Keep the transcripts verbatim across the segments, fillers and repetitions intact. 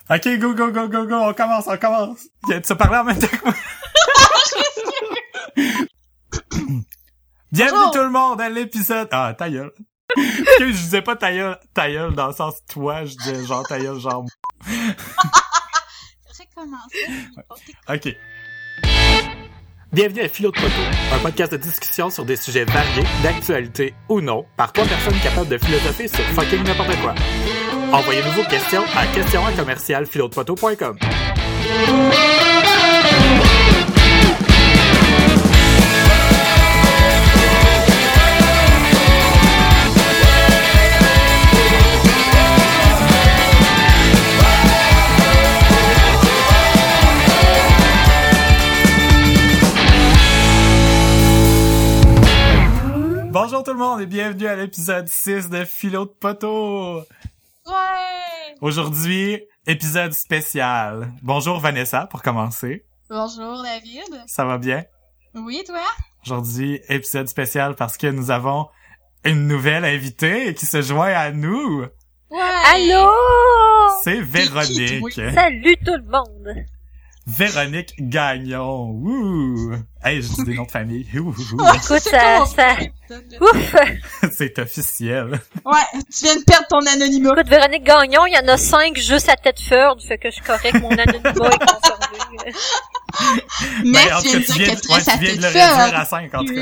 Ok, go, go, go, go, go, on commence, on commence. Tu parlais en même temps que moi. Bienvenue Bonjour. tout le monde à l'épisode... Ah, ta gueule. Parce que je disais pas ta gueule, ta gueule dans le sens toi, je disais genre ta gueule, genre... Recommencer. Ok. Bienvenue à Philo de Poteau, un podcast de discussion sur des sujets variés, d'actualité ou non, par trois personnes capables de philosopher sur fucking n'importe quoi. Envoyez-nous vos questions à questions à commercial philo de poteau point com. Bonjour tout le monde et bienvenue à l'épisode six de Philo de Poteau. Ouais! Aujourd'hui, épisode spécial. Bonjour Vanessa, pour commencer. Bonjour David. Ça va bien? Oui, toi? Aujourd'hui, épisode spécial parce que nous avons une nouvelle invitée qui se joint à nous. Ouais! Allô? C'est Véronique. Oui. Salut tout le monde! Véronique Gagnon. Ouh. Hey, je dis des noms de famille. Ouh, ouh. Ouais, Écoute, c'est ça- comment ça- on fait. Ouf! C'est officiel. Ouais, tu viens de perdre ton anonymat. Écoute, Véronique Gagnon, il y en a cinq juste à Tedford, fait que je suis correct, mon anonymat est conservé. Mais Ben, en tu tout viens de cas, tu dire viens, que de- tu ouais, restes à tu viens de le Tedford. réduire à cinq, en tout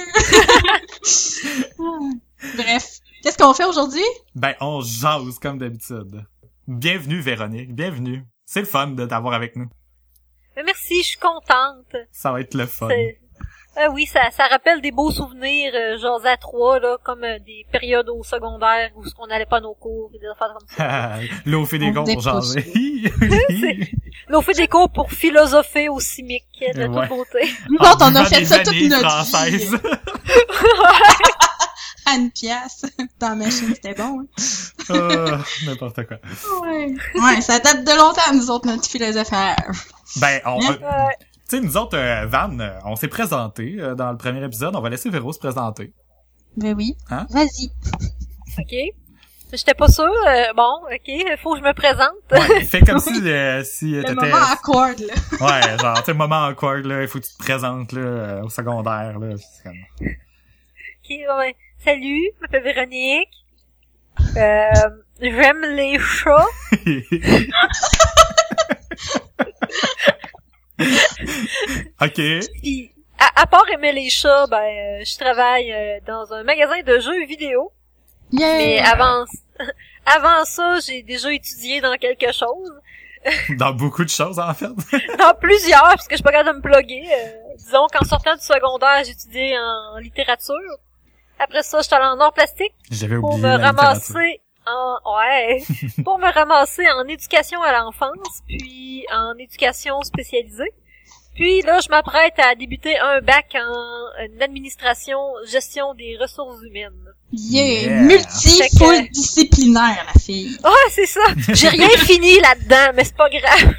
cas. Bref. Qu'est-ce qu'on fait aujourd'hui? Ben, on jase comme d'habitude. Bienvenue, Véronique. Bienvenue. C'est le fun de t'avoir avec nous. Mais merci, je suis contente. Ça va être le fun. C'est- Ah oui, ça, ça rappelle des beaux souvenirs, euh, genre à trois, là, comme euh, des périodes au secondaire où on n'allait pas à nos cours et des affaires comme ça. L'eau fait des On cours pour dépousse. jaser. Là, on fait des cours pour philosopher au CIMIC, de Ouais. toute beauté. Nous autres, on a buvant fait des ça toute vanilles notre françaises. vie. À une pièce. Dans la machine, c'était bon. Hein? Ah, n'importe quoi. Ouais. Ouais, ça date de longtemps, nous autres, notre philosophie. Ben, on, Hein? euh, tu sais, nous autres, euh, Van, euh, on s'est présenté euh, dans le premier épisode. On va laisser Véro se présenter. Ben oui. Hein? Vas-y. OK? J'étais pas sûre. euh, bon, OK, faut que je me présente. Ouais, fais comme si, euh, si euh, Le t'étais... moment awkward, là. Ouais, genre, tu sais, moment awkward, là, il faut que tu te présentes, là, euh, au secondaire, là. C'est comme... OK, ouais. Salut, je m'appelle Véronique. Euh, j'aime les chats. OK. Puis, à, à part aimer les chats, ben, euh, je travaille euh, dans un magasin de jeux vidéo. Yeah. Mais avant, avant ça, j'ai déjà étudié dans quelque chose. Dans beaucoup de choses, en fait. Dans plusieurs, parce que je suis pas capable de me plugger. Euh, disons qu'en sortant du secondaire, j'ai étudié en littérature. Après ça, j'étais allée en art plastique J'avais pour oublié me la littérature. ramasser en ouais pour me ramasser en éducation à l'enfance, puis en éducation spécialisée. Puis là, je m'apprête à débuter un bac en euh, administration, gestion des ressources humaines. Yeah. Yeah. Multi-full disciplinaire, la fille. Ah, c'est ça. J'ai rien fini là-dedans, mais c'est pas grave.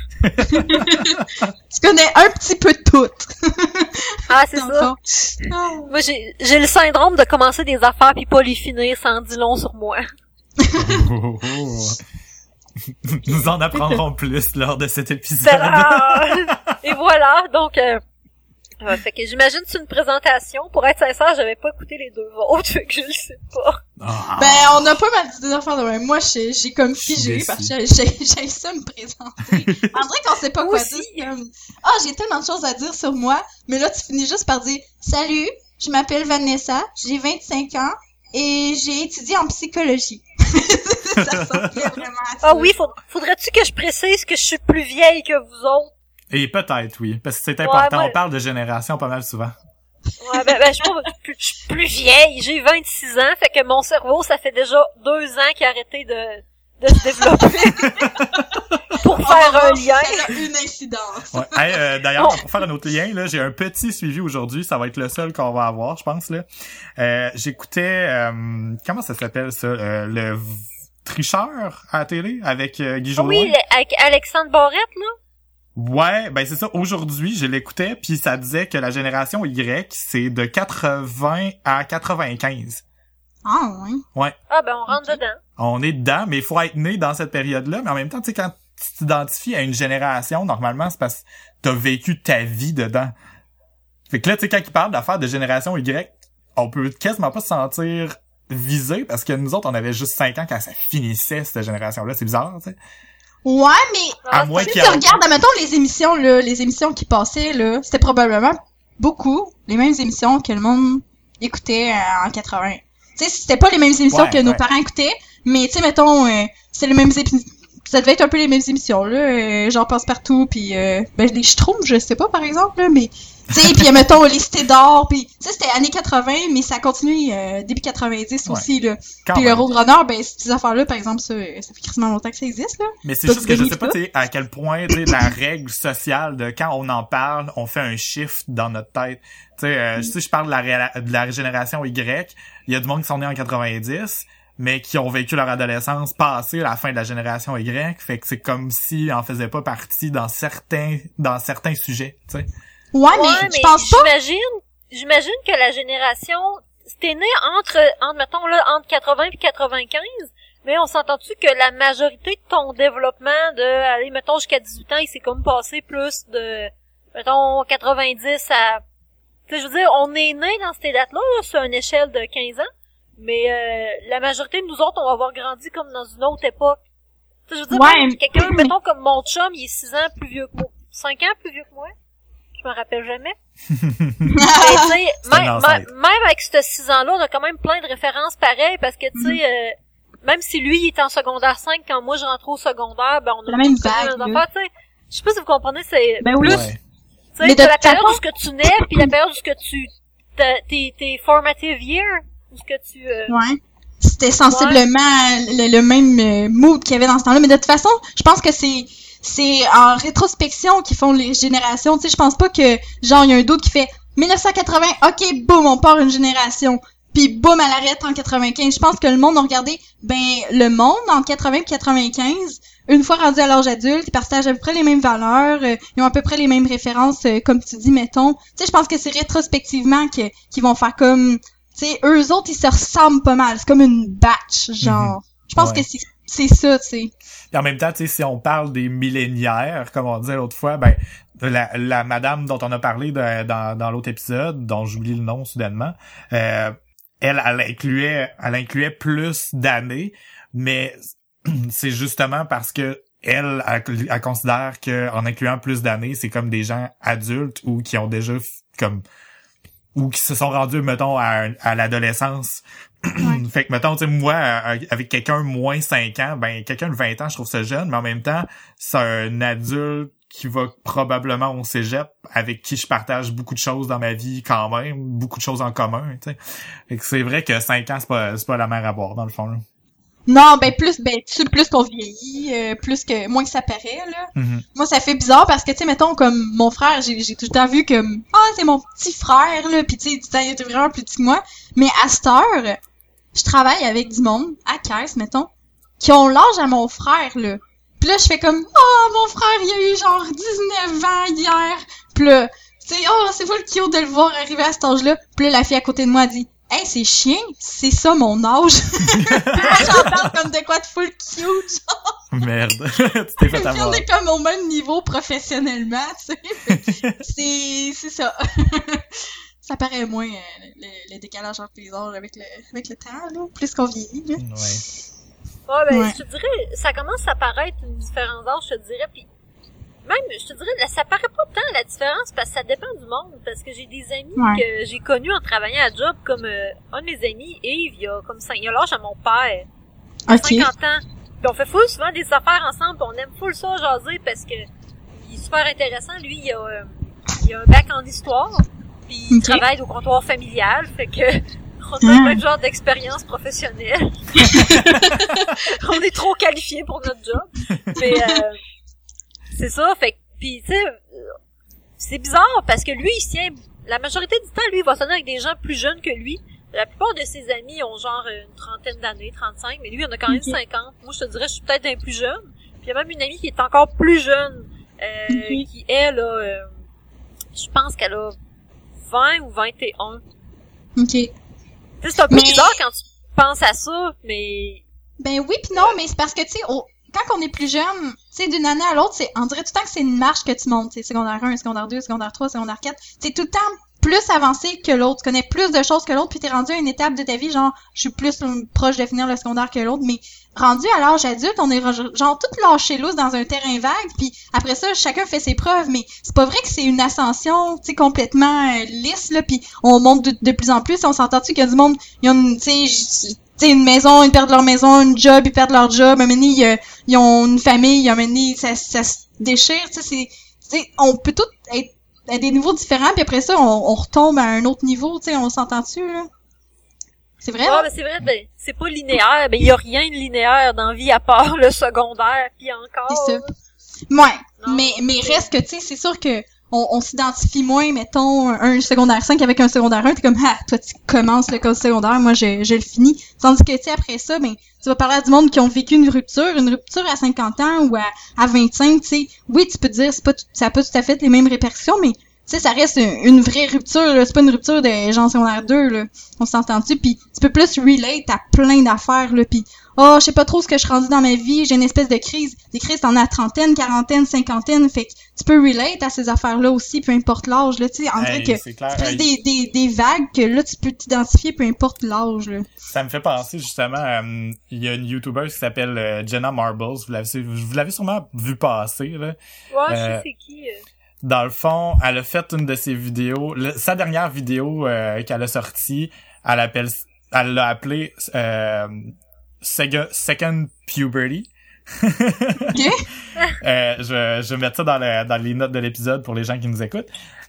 Tu connais un petit peu de tout. Ah, c'est Dans le ça. fond. Ah. Moi, j'ai j'ai le syndrome de commencer des affaires puis pas les finir, ça en dit long sur moi. Oh, oh, oh. Nous en apprendrons plus lors de cet épisode. Ta-da! Et voilà, donc euh, euh, fait que j'imagine que c'est une présentation. Pour être sincère, j'avais pas écouté les deux autres, fait que je le sais pas. Ah. Ben, on a pas mal dit des affaires de même. Moi, j'ai, j'ai comme Je suis figé déçu. parce que j'ai, j'ai, j'ai ça me présenter. On dirait qu'on sait pas Moi quoi aussi. dire. C'est comme, ah, j'ai tellement de choses à dire sur moi, mais là, tu finis juste par dire, salut, je m'appelle Vanessa, j'ai vingt-cinq ans, et j'ai étudié en psychologie. Ça ressemblait vraiment à ça. Ah oui, faut, faudrait-tu que je précise que je suis plus vieille que vous autres? Et peut-être, oui. Parce que c'est important. moi- On parle de génération pas mal souvent. Ouais, ben, ben je suis pas- je suis plus vieille, j'ai vingt-six ans, fait que mon cerveau, ça fait déjà deux ans qu'il a arrêté de, de se développer. Pour On faire va un voir si lien. ça a une incidence. Ouais. Hey, euh, d'ailleurs, pour faire un autre lien, là, j'ai un petit suivi aujourd'hui. Ça va être le seul qu'on va avoir, je pense, là. Euh, j'écoutais, euh, comment ça s'appelle, ça? Euh, le v- tricheur à la télé avec euh, Guy Ah Jodoin. oui, avec Alexandre Barrette, là. Ouais, ben c'est ça. Aujourd'hui, je l'écoutais, puis ça disait que la génération Y, c'est de quatre-vingts à quatre-vingt-quinze. Ah, oui. Ouais. Ah, ben, on rentre Ok. dedans. On est dedans, mais il faut être né dans cette période-là. Mais en même temps, tu sais, quand tu t'identifies à une génération, normalement, c'est parce que t'as vécu ta vie dedans. Fait que là, tu sais, quand ils parlent d'affaires de génération Y, on peut quasiment pas se sentir visé parce que nous autres, on avait juste cinq ans quand ça finissait, cette génération-là. C'est bizarre, tu sais. Ouais, mais À moins si qu'il tu y a- regardes, admettons, les émissions, là, les émissions qui passaient, là, c'était probablement beaucoup les mêmes émissions que le monde écoutait euh, en quatre-vingts. Tu sais, c'était pas les mêmes émissions Ouais, que nos ouais. parents écoutaient, mais tu sais, mettons, euh, c'est les mêmes épi- ça devait être un peu les mêmes émissions, là, euh, genre Passe-Partout, puis euh, ben, les Schtroumpfs, je sais pas, par exemple, là, mais tu sais, puis mettons, les Cités d'or, puis tu sais, c'était années quatre-vingts, mais ça continue euh, début quatre-vingt-dix Ouais. aussi, là. Quand Puis le même. Roadrunner, ben, ces affaires-là, par exemple, ça, euh, ça fait quasiment longtemps que ça existe, là. Mais c'est T'as juste que je connu sais pas, ça? tu sais, à quel point, tu sais, la règle sociale de quand on en parle, on fait un shift dans notre tête. Tu sais, euh, si je parle de la, ré- de la génération Y, il y a du monde qui sont nés en quatre-vingt-dix, mais qui ont vécu leur adolescence passée à la fin de la génération Y. Fait que c'est comme s'ils en faisaient pas partie dans certains, dans certains sujets, tu sais. Ouais, Ouais, mais, mais je pense pas. j'imagine, j'imagine que la génération, c'était né entre, entre, mettons, là, entre quatre-vingts et quatre-vingt-quinze, mais on s'entend-tu que la majorité de ton développement de, allez, mettons, jusqu'à dix-huit ans, il s'est comme passé plus de, mettons, quatre-vingt-dix à, tu sais, je veux dire, on est né dans ces dates-là, là, sur une échelle de quinze ans, mais euh, la majorité de nous autres, on va avoir grandi comme dans une autre époque. Tu sais, je veux dire, Ouais, même quelqu'un, mais- mettons, comme mon chum, il est six ans plus vieux que moi, cinq ans plus vieux que moi. Je me rappelle jamais. Mais tu sais, C'est un même, ancêtre. même même avec ces six ans-là, on a quand même plein de références pareilles parce que tu sais, Mhm. euh, même si lui il est en secondaire cinq quand moi je rentre au secondaire, ben on a La même tous connu vague, nos là. affaires, tu sais. Je sais pas si vous comprenez, c'est Ben oui. plus, Ouais. tu Mais sais, de t'as la toute période façon- où ce que tu nais puis la période où ce que tu t'as- tes tes formative years où ce que tu euh, Ouais. C'était sensiblement le, le même euh, mood qu'il y avait dans ce temps-là. Mais de toute façon, je pense que c'est c'est en rétrospection qu'ils font les générations. Tu sais, je pense pas que, genre, il y a un doute qui fait dix-neuf cent quatre-vingts, ok, boum, on part une génération. Puis boum, à l'arrêt en quatre-vingt-quinze. Je pense que le monde a regardé, ben, le monde en quatre-vingts et quatre-vingt-quinze, une fois rendu à l'âge adulte, ils partagent à peu près les mêmes valeurs, euh, ils ont à peu près les mêmes références, euh, comme tu dis, mettons. Tu sais, je pense que c'est rétrospectivement que qu'ils vont faire comme, tu sais, eux autres, ils se ressemblent pas mal. C'est comme une batch, genre. Je pense Ouais. que c'est c'est ça, tu sais. Et en même temps, tu sais, si on parle des milléniaires, comme on disait l'autre fois, ben, la, la madame dont on a parlé de- dans, dans l'autre épisode, dont j'oublie le nom soudainement, euh, elle, elle incluait, elle incluait plus d'années, mais c'est justement parce que elle, elle, elle considère qu'en incluant plus d'années, c'est comme des gens adultes ou qui ont déjà f- comme ou qui se sont rendus, mettons, à, à l'adolescence. Fait que, mettons, tu sais, moi, euh, avec quelqu'un moins cinq ans, ben, quelqu'un de vingt ans, je trouve ça jeune, mais en même temps, c'est un adulte qui va probablement au cégep, avec qui je partage beaucoup de choses dans ma vie quand même, beaucoup de choses en commun, tu sais. Fait que c'est vrai que cinq ans, c'est pas, c'est pas la mer à boire, dans le fond, là. Non, ben plus, ben tu sais, plus qu'on vieillit, euh, plus que moins que ça paraît là. Mhm. Moi, ça fait bizarre parce que tu sais, mettons comme mon frère, j'ai j'ai tout le temps vu comme ah c'est mon petit frère là, puis tu sais, il était vraiment plus petit que moi. Mais à cette heure, je travaille avec du monde à caisse, mettons, qui ont l'âge à mon frère là. Puis là, je fais comme oh mon frère, il a eu genre dix-neuf ans hier. Puis là, tu sais, oh c'est fou le cute de le voir arriver à cet âge-là. Puis là, la fille à côté de moi dit hey, c'est chien, c'est ça mon âge. Moi, j'en parle comme de quoi de full cute, genre. Merde. tu t'es fait Puis avoir. on est comme au même niveau professionnellement, tu sais. Fait que c'est, c'est ça. Ça paraît moins, euh, le, le décalage entre les âges avec le, avec le temps, là. Plus qu'on vieillit, là. Ouais. Ouais, ben, Ouais. je te dirais, ça commence à paraître une différence d'âge, je te dirais, puis même, je te dirais, là, ça paraît pas tant la différence, parce que ça dépend du monde, parce que j'ai des amis Ouais. que j'ai connus en travaillant à job, comme euh, un de mes amis, Yves, il a comme ça, il a l'âge à mon père, Ok. cinquante ans, puis on fait full souvent des affaires ensemble, puis on aime full ça jaser, parce que il est super intéressant, lui, il a, euh, il a un bac en histoire, puis il Ok. travaille au comptoir familial, fait que on a Ah. le même genre d'expérience professionnelle. On est trop qualifiés pour notre job. Mais euh, c'est ça, fait que puis tu sais euh, c'est bizarre parce que lui il tient la majorité du temps lui il va sonner avec des gens plus jeunes que lui. La plupart de ses amis ont genre une trentaine d'années, trente-cinq, mais lui il en a quand même Ok. cinquante. Moi je te dirais je suis peut-être un plus jeune. Puis il y a même une amie qui est encore plus jeune euh, Ok. qui elle a euh, je pense qu'elle a vingt ou vingt et un. Ok. Tu sais, c'est un peu Mais- bizarre quand tu penses à ça, mais Ben oui pis non, mais c'est parce que, tu sais, au- quand on est plus jeune, tu sais, d'une année à l'autre, c'est, on dirait tout le temps que c'est une marche que tu montes. C'est secondaire un, secondaire deux, secondaire trois, secondaire quatre. C'est tout le temps plus avancé que l'autre. Tu connais plus de choses que l'autre, puis t'es rendu à une étape de ta vie, genre, je suis plus euh, proche de finir le secondaire que l'autre, mais rendu à l'âge adulte, on est genre tout lâché loose dans un terrain vague, puis après ça, chacun fait ses preuves, mais c'est pas vrai que c'est une ascension, tu sais, complètement euh, lisse, là, puis on monte de, de plus en plus. On s'entend-tu qu'il y a du monde, ils ont une, tu sais, tu sais, une maison, ils perdent leur maison, une job, ils perdent leur job, à un moment donné, ils, ils ont une famille, à un moment donné, ça, ça se déchire, tu sais, c'est, tu sais, on peut tout être à des niveaux différents, puis après ça, on, on retombe à un autre niveau, tu sais, on s'entend-tu, là? C'est vrai? Ouais, mais c'est vrai, ben, c'est pas linéaire, ben, il y a rien de linéaire dans la vie à part le secondaire, puis encore. C'est ça. Ouais, non. mais, mais reste que, tu sais, c'est sûr que on, on s'identifie moins, mettons, un secondaire cinq avec un secondaire un, t'es comme, ah, toi, tu commences le code secondaire, moi, je, je le finis. Tandis que, tu sais, après ça, ben, tu vas parler à du monde qui ont vécu une rupture, une rupture à cinquante ans ou à, à vingt-cinq, tu sais. Oui, tu peux te dire, c'est pas tout, ça a pas tout à fait les mêmes répercussions, mais, tu sais, ça reste une, une vraie rupture, là. C'est pas une rupture de genre secondaire deux, là. On s'entend-tu? Puis tu peux plus relate à plein d'affaires, là. Puis, oh, je sais pas trop ce que je suis rendu dans ma vie, j'ai une espèce de crise. Des crises, t'en as trentaine, quarantaine, cinquantaine. Fait que tu peux relate à ces affaires-là aussi, peu importe l'âge, là. Tu sais, en vrai que c'est plus hey. des, des, des vagues que là, tu peux t'identifier, peu importe l'âge, là. Ça me fait penser, justement, euh, il y a une YouTuber qui s'appelle euh, Jenna Marbles. Vous l'avez, vous l'avez sûrement vu passer, là. Ouais, euh, je sais c'est qui. Euh... Dans le fond, elle a fait une de ses vidéos, le, sa dernière vidéo euh, qu'elle a sortie, elle appelle, elle l'a appelée euh, Sega, Second Puberty. Okay. euh, je, je vais mettre ça dans, le, dans les notes de l'épisode pour les gens qui nous écoutent.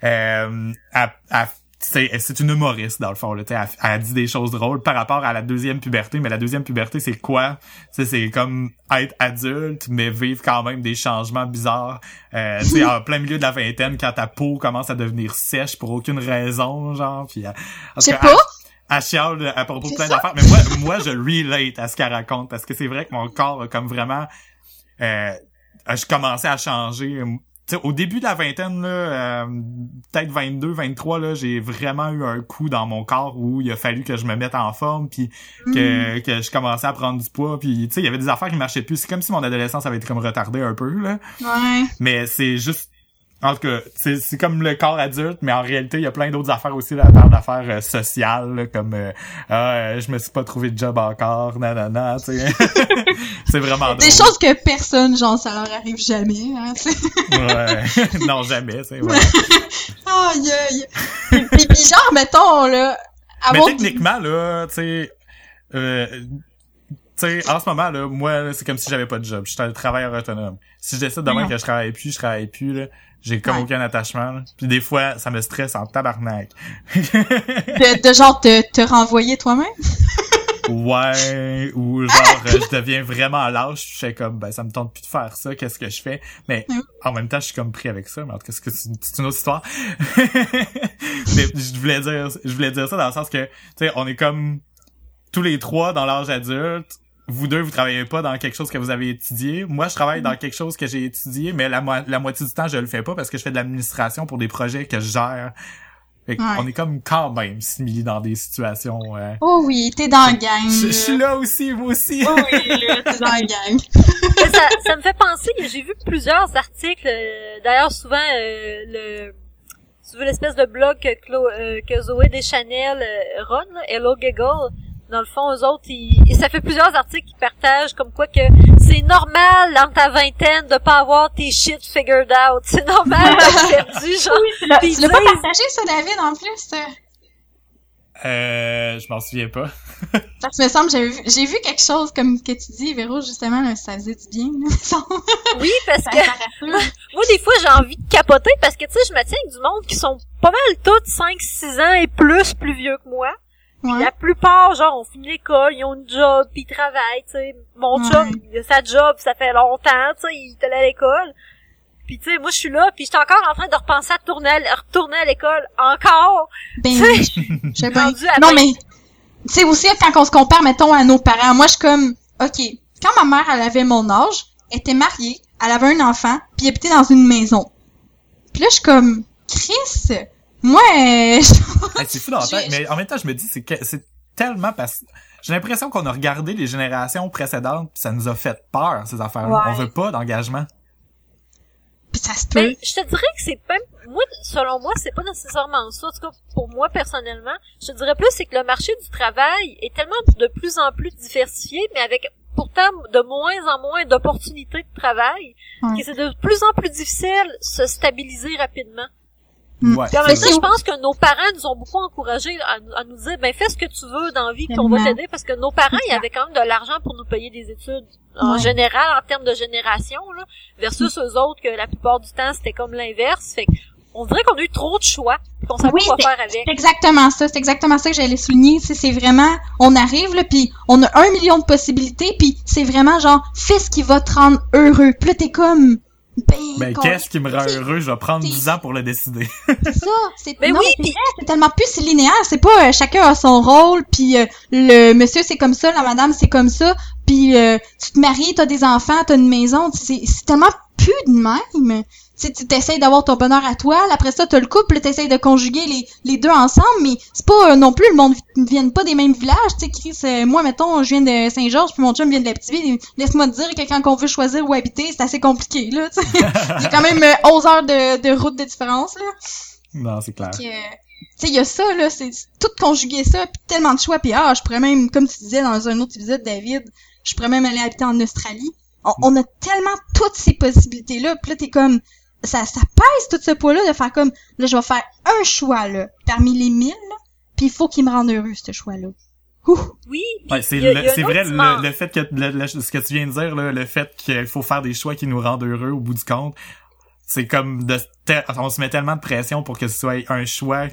Euh, elle, elle, c'est, c'est une humoriste, dans le fond. Là, elle, elle dit des choses drôles par rapport à la deuxième puberté, mais la deuxième puberté, c'est quoi? T'sais, c'est comme être adulte, mais vivre quand même des changements bizarres. Euh, tu sais, en plein milieu de la vingtaine, quand ta peau commence à devenir sèche pour aucune raison, genre. Puis, je sais pas. Elle, elle chiale à propos de plein d'affaires. Mais moi, moi, je relate à ce qu'elle raconte, parce que c'est vrai que mon corps a comme vraiment... Euh, je commençais à changer... T'sais, au début de la vingtaine, là, euh, peut-être vingt-deux, vingt-trois, là, j'ai vraiment eu un coup dans mon corps où il a fallu que je me mette en forme, puis que, mm. que je commençais à prendre du poids, puis tu sais, il y avait des affaires qui marchaient plus. C'est comme si mon adolescence avait été comme retardée un peu, là. Ouais. Mais c'est juste... En tout cas, c'est, c'est comme le corps adulte, mais en réalité, il y a plein d'autres affaires aussi, la part d'affaires euh, sociales, là, comme euh, ah, euh, je me suis pas trouvé de job encore, nanana, tu sais. C'est vraiment drôle. Des choses que personne, genre, ça leur arrive jamais, hein, t'sais. Ouais. Non, jamais, c'est vrai. Aïe, aïe. Puis, puis genre, mettons, là... Mais techniquement, là, tu sais... Euh, tu sais, en ce moment, là, moi, là, c'est comme si j'avais pas de job. Je suis un travailleur autonome. Si je décide demain que je travaille plus, je travaille plus, là. J'ai comme ouais. aucun attachement, là. Puis des fois, ça me stresse en tabarnak. de, de genre te, te renvoyer toi-même? Ouais, ou genre, euh, je deviens vraiment lâche, je fais comme, ben, ça me tente plus de faire ça, qu'est-ce que je fais? Mais, en même temps, je suis comme pris avec ça, mais en tout cas, c'est, c'est une autre histoire. Mais je voulais dire, je voulais dire ça dans le sens que, tu sais, on est comme tous les trois dans l'âge adulte. Vous deux, vous travaillez pas dans quelque chose que vous avez étudié. Moi, je travaille dans quelque chose que j'ai étudié, mais la, mo- la moitié du temps, je le fais pas parce que je fais de l'administration pour des projets que je gère. Fait ouais. On est comme quand même simili dans des situations... Euh... Oh oui, t'es dans la gang. Je, je suis là aussi, moi aussi. Oh oui, là, t'es dans la gang. ça, ça me fait penser, j'ai vu plusieurs articles, euh, d'ailleurs souvent euh, le... Tu veux l'espèce de blog que, Chlo, euh, que Zoé Deschanel euh, run, là, Hello Giggle. Dans le fond, eux autres, ils, et ça fait plusieurs articles qui partagent comme quoi que c'est normal dans ta vingtaine de pas avoir tes shit figured out. C'est normal d'être perdu, genre. Oui, tu l'as, tu l'as pas partagé ça, David, en plus? Euh, je m'en souviens pas. Parce que me semble, j'ai vu, j'ai vu quelque chose comme que tu dis, Véro, justement, là, ça faisait du bien, là. Oui, parce que, moi, moi, des fois, j'ai envie de capoter parce que, tu sais, je me tiens avec du monde qui sont pas mal tous cinq six ans et plus, plus vieux que moi. Ouais. La plupart, genre, ont fini l'école, ils ont une job, pis ils travaillent, tu sais. Mon ouais. chum, il a sa job, ça fait longtemps, tu sais, il est allé à l'école. Pis tu sais, moi, je suis là, pis j'étais encore en train de repenser à tourner à, retourner à l'école, encore. Ben, je sais pas. Non, mais, tu sais, aussi, quand on se compare, mettons, à nos parents, moi, je suis comme, OK, quand ma mère, elle avait mon âge, elle était mariée, elle avait un enfant, pis elle habitait dans une maison. Pis là, je suis comme, Chris... Moi, euh... hey, c'est fou dans la tête, mais en même temps, je me dis, c'est que, c'est tellement parce, j'ai l'impression qu'on a regardé les générations précédentes pis ça nous a fait peur, ces affaires-là. Ouais. On veut pas d'engagement. Pis ça se peut. Mais je te dirais que c'est même, moi, selon moi, c'est pas nécessairement ça. En tout cas, pour moi, personnellement, je te dirais plus, c'est que le marché du travail est tellement de plus en plus diversifié, mais avec pourtant de moins en moins d'opportunités de travail, Ouais. que c'est de plus en plus difficile de se stabiliser rapidement. Mm. Ouais. Puis en même temps, c'est- je pense que nos parents nous ont beaucoup encouragés à, à nous dire, ben fais ce que tu veux dans la vie, puis on va Tellement. t'aider, parce que nos parents, ils avaient quand même de l'argent pour nous payer des études, en Ouais. général, en termes de génération, là, versus eux autres, que la plupart du temps, c'était comme l'inverse. Fait que on dirait qu'on a eu trop de choix, puis qu'on savait Oui, pas quoi c'est- faire avec. C'est exactement ça, c'est exactement ça que j'allais souligner, tu sais, c'est vraiment, on arrive là, puis on a un million de possibilités, puis c'est vraiment genre, fais ce qui va te rendre heureux. Puis là, t'es comme, ben, Ben, qu'on- qu'est-ce qui me rend c'est- heureux? Je vais prendre c'est- dix ans pour le décider. C'est ça, c'est Mais non, oui, c'est puis- vrai, c'est tellement plus linéaire, c'est pas euh, chacun a son rôle, puis euh, le monsieur c'est comme ça, la madame c'est comme ça, puis euh, tu te maries, t'as des enfants, t'as une maison, c'est c'est tellement plus de même. Tu sais, tu t'essayes d'avoir ton bonheur à toi, là, après ça t'as le couple, t'essayes de conjuguer les les deux ensemble, mais c'est pas euh, non plus le monde ne vient pas des mêmes villages, tu sais, Chris, euh, moi mettons, je viens de Saint-Georges, puis mon chum vient de Laptiville, laisse-moi te dire que quand on veut choisir où habiter, c'est assez compliqué là, tu sais. Il y a quand même euh, onze heures de de route de différence là. Non, c'est clair. Que, tu sais, il y a ça, là, c'est c'est tout conjuguer ça, puis tellement de choix, puis ah, je pourrais même, comme tu disais dans un autre épisode, David, je pourrais même aller habiter en Australie. On, on a tellement toutes ces possibilités-là, puis là, t'es comme, ça, ça pèse tout ce poids-là de faire comme, là, je vais faire un choix, là, parmi les mille, là, puis il faut qu'il me rende heureux, ce choix-là. Ouh! Oui, puis Ouais, c'est il y a- le- il y a c'est un vrai autre le, dimension. le fait que le, le- ce que tu viens de dire là, le fait qu'il faut faire des choix qui nous rendent heureux au bout du compte, c'est comme de te- on se met tellement de pression pour que ce soit un choix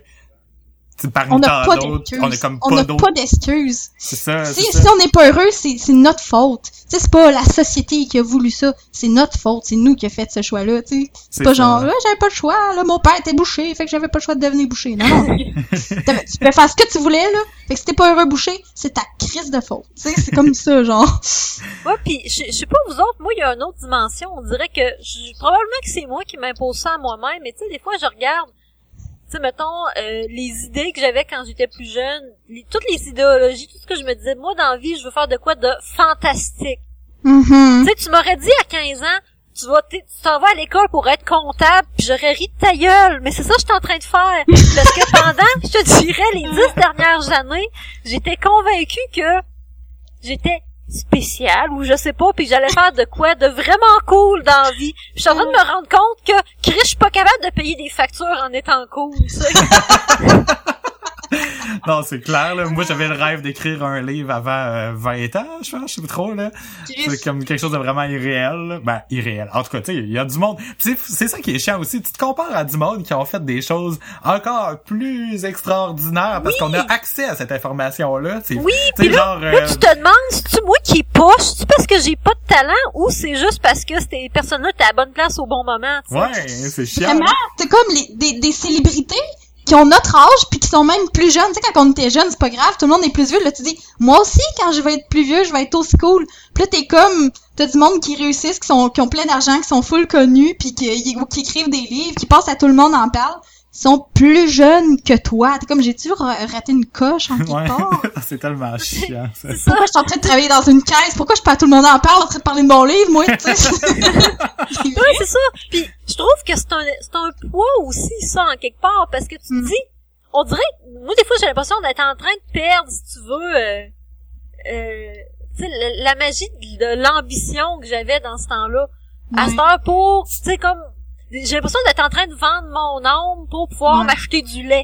tu sais, parmi On n'a tant pas d'autres, d'excuses. on a comme On pas n'a d'autres. pas d'excuses. C'est ça, Si, c'est ça. si on n'est pas heureux, c'est, c'est notre faute. Tu sais, c'est pas la société qui a voulu ça. C'est notre faute. C'est nous qui a fait ce choix-là, tu sais. C'est pas ça. genre, ah, j'avais pas le choix, là, mon père était boucher, fait que j'avais pas le choix de devenir boucher. Non, non. T'avais- tu pouvais faire ce que tu voulais, là. Fait que si t'es pas heureux boucher, c'est ta crise de faute. Tu sais, c'est comme ça, genre. Ouais, puis je je sais pas vous autres, moi il y a une autre dimension. On dirait que je, probablement que c'est moi qui m'impose ça à moi-même, mais tu sais des fois je regarde, tu sais mettons euh, les idées que j'avais quand j'étais plus jeune, les, toutes les idéologies, tout ce que je me disais, moi dans la vie je veux faire de quoi de fantastique. Mhm. Tu sais tu m'aurais dit à quinze ans, tu vas t'es- tu t'en vas à l'école pour être comptable, puis j'aurais ri de ta gueule, mais c'est ça que je suis en train de faire. Parce que pendant, je te dirais, les dix dernières années, j'étais convaincue que j'étais spéciale ou je sais pas, puis que j'allais faire de quoi de vraiment cool dans la vie. Je suis en train de me rendre compte que Chris, je suis pas capable de payer des factures en étant cool. Tu sais. Non, c'est clair, là. Moi, j'avais le rêve d'écrire un livre avant euh, vingt ans, je pense, je sais pas trop, là. C'est comme quelque chose de vraiment irréel, là. Ben, irréel. En tout cas, tu sais, il y a du monde. Pis c'est, c'est ça qui est chiant aussi. Tu te compares à du monde qui ont fait des choses encore plus extraordinaires parce qu'on a accès à cette information-là. C'est, Oui, tu sais, puis là, genre, là, euh, tu te demandes, c'est-tu moi qui est poche, c'est-tu parce que j'ai pas de talent ou c'est juste parce que ces personnes-là étaient à la bonne place au bon moment, tu sais. ouais, c'est chiant. Vraiment, c'est comme les, des, des célébrités qui ont notre âge puis qui sont même plus jeunes. Tu sais, quand on était jeunes, c'est pas grave, tout le monde est plus vieux. Là, tu dis, moi aussi, quand je vais être plus vieux, je vais être aussi cool. Puis là, t'es comme, t'as du monde qui réussissent, qui sont, qui ont plein d'argent, qui sont full connus, puis qui, qui écrivent des livres, qui passent à tout le monde en parle. Ils sont plus jeunes que toi. T'es comme, j'ai-tu ra- raté une coche en quelque Ouais. part? C'est tellement chiant, ça. C'est ça. Pourquoi je suis en train de travailler dans une caisse? Pourquoi je peux à tout le monde en parle, en train de parler de mon livre, moi, tu sais? Ouais, c'est ça. Puis je trouve que c'est un c'est un poids aussi ça en quelque part parce que tu te Mm. dis, on dirait, moi des fois j'ai l'impression d'être en train de perdre, si tu veux, euh, euh, tu sais, la, la magie de, de l'ambition que j'avais dans ce temps-là. À Ouais. cette heure pour, tu sais comme, j'ai l'impression d'être en train de vendre mon âme pour pouvoir Ouais. m'acheter du lait.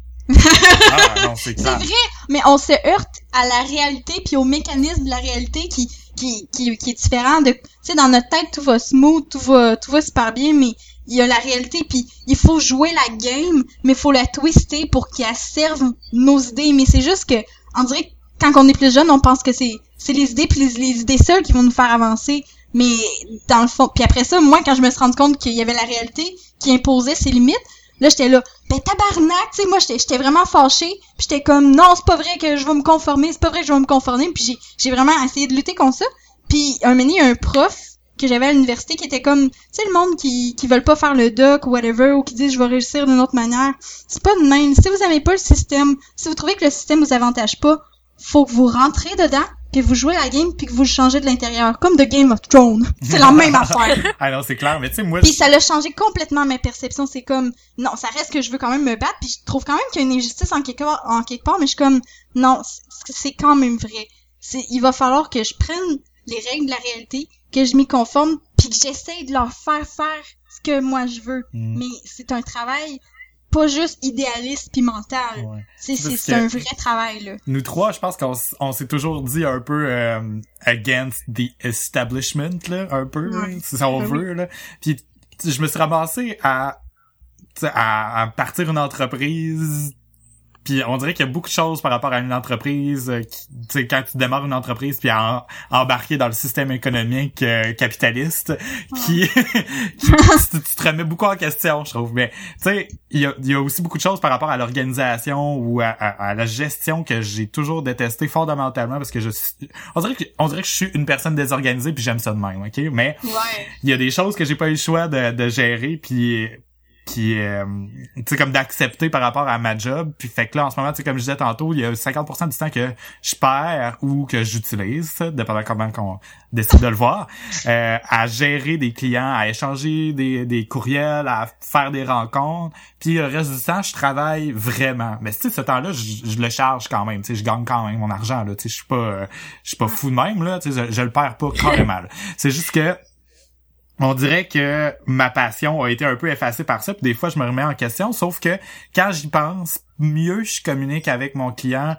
Ah, non, c'est C'est clair. vrai, mais on se heurte à la réalité puis au mécanisme de la réalité qui qui qui, qui est différent de, tu sais, dans notre tête tout va smooth, tout va tout va super bien, mais il y a la réalité puis il faut jouer la game, mais il faut la twister pour qu'elle serve nos idées. Mais c'est juste que on dirait que quand on est plus jeune, on pense que c'est c'est les idées puis les, les idées seules qui vont nous faire avancer. Mais dans le fond, puis après ça, moi quand je me suis rendu compte qu'il y avait la réalité qui imposait ses limites, là, j'étais là, ben tabarnak, tu sais, moi, j'étais j'étais vraiment fâchée, puis j'étais comme, non, c'est pas vrai que je vais me conformer, c'est pas vrai que je vais me conformer, puis j'ai j'ai vraiment essayé de lutter contre ça. Puis un moment donné, il y a un prof que j'avais à l'université qui était comme, tu sais, le monde qui qui veulent pas faire le doc ou whatever, ou qui disent je vais réussir d'une autre manière, c'est pas de même. Si vous aimez pas le système, si vous trouvez que le système vous avantage pas, faut que vous rentrez dedans, que vous jouez la game, puis que vous le changez de l'intérieur, comme de Game of Thrones. C'est la même affaire. Ah non, c'est clair, mais tu sais, moi... Puis ça l'a changé complètement mes perceptions. C'est comme, non, ça reste que je veux quand même me battre, puis je trouve quand même qu'il y a une injustice en quelque part, en quelque part mais je suis comme, non, c'est quand même vrai. C'est, il va falloir que je prenne les règles de la réalité, que je m'y conforme, puis que j'essaye de leur faire faire ce que moi je veux. Mm. Mais c'est un travail pas juste idéaliste puis mental. Ouais. C'est, c'est, c'est un vrai travail, là. Nous trois, je pense qu'on on s'est toujours dit un peu euh, against the establishment, là, un peu, ouais. si on ben veut, oui. là. Puis je me suis ramassé à, à, à partir une entreprise. Puis on dirait qu'il y a beaucoup de choses par rapport à une entreprise, euh, qui, tu sais, quand tu démarres une entreprise puis à, à embarquer dans le système économique euh, capitaliste, ouais. qui, qui tu, tu te remets beaucoup en question, je trouve. Mais tu sais, il y a, il y a aussi beaucoup de choses par rapport à l'organisation ou à, à, à la gestion que j'ai toujours détesté fondamentalement parce que je suis, on dirait que on dirait que je suis une personne désorganisée puis j'aime ça de même, ok. Mais ouais. il y a des choses que j'ai pas eu le choix de, de gérer puis qui euh, tu sais comme d'accepter par rapport à ma job, puis fait que là en ce moment tu sais comme je disais tantôt, il y a cinquante pour cent du temps que je perds ou que j'utilise, dépendant comment qu'on décide de le voir, euh, à gérer des clients, à échanger des des courriels, à faire des rencontres, puis le reste du temps je travaille vraiment. Mais tu sais ce temps-là je, je le charge quand même, tu sais je gagne quand même mon argent là, tu sais je suis pas euh, je suis pas fou de même là, tu sais je, je le perds pas carrément. C'est juste que on dirait que ma passion a été un peu effacée par ça, puis des fois je me remets en question, sauf que quand j'y pense, mieux je communique avec mon client,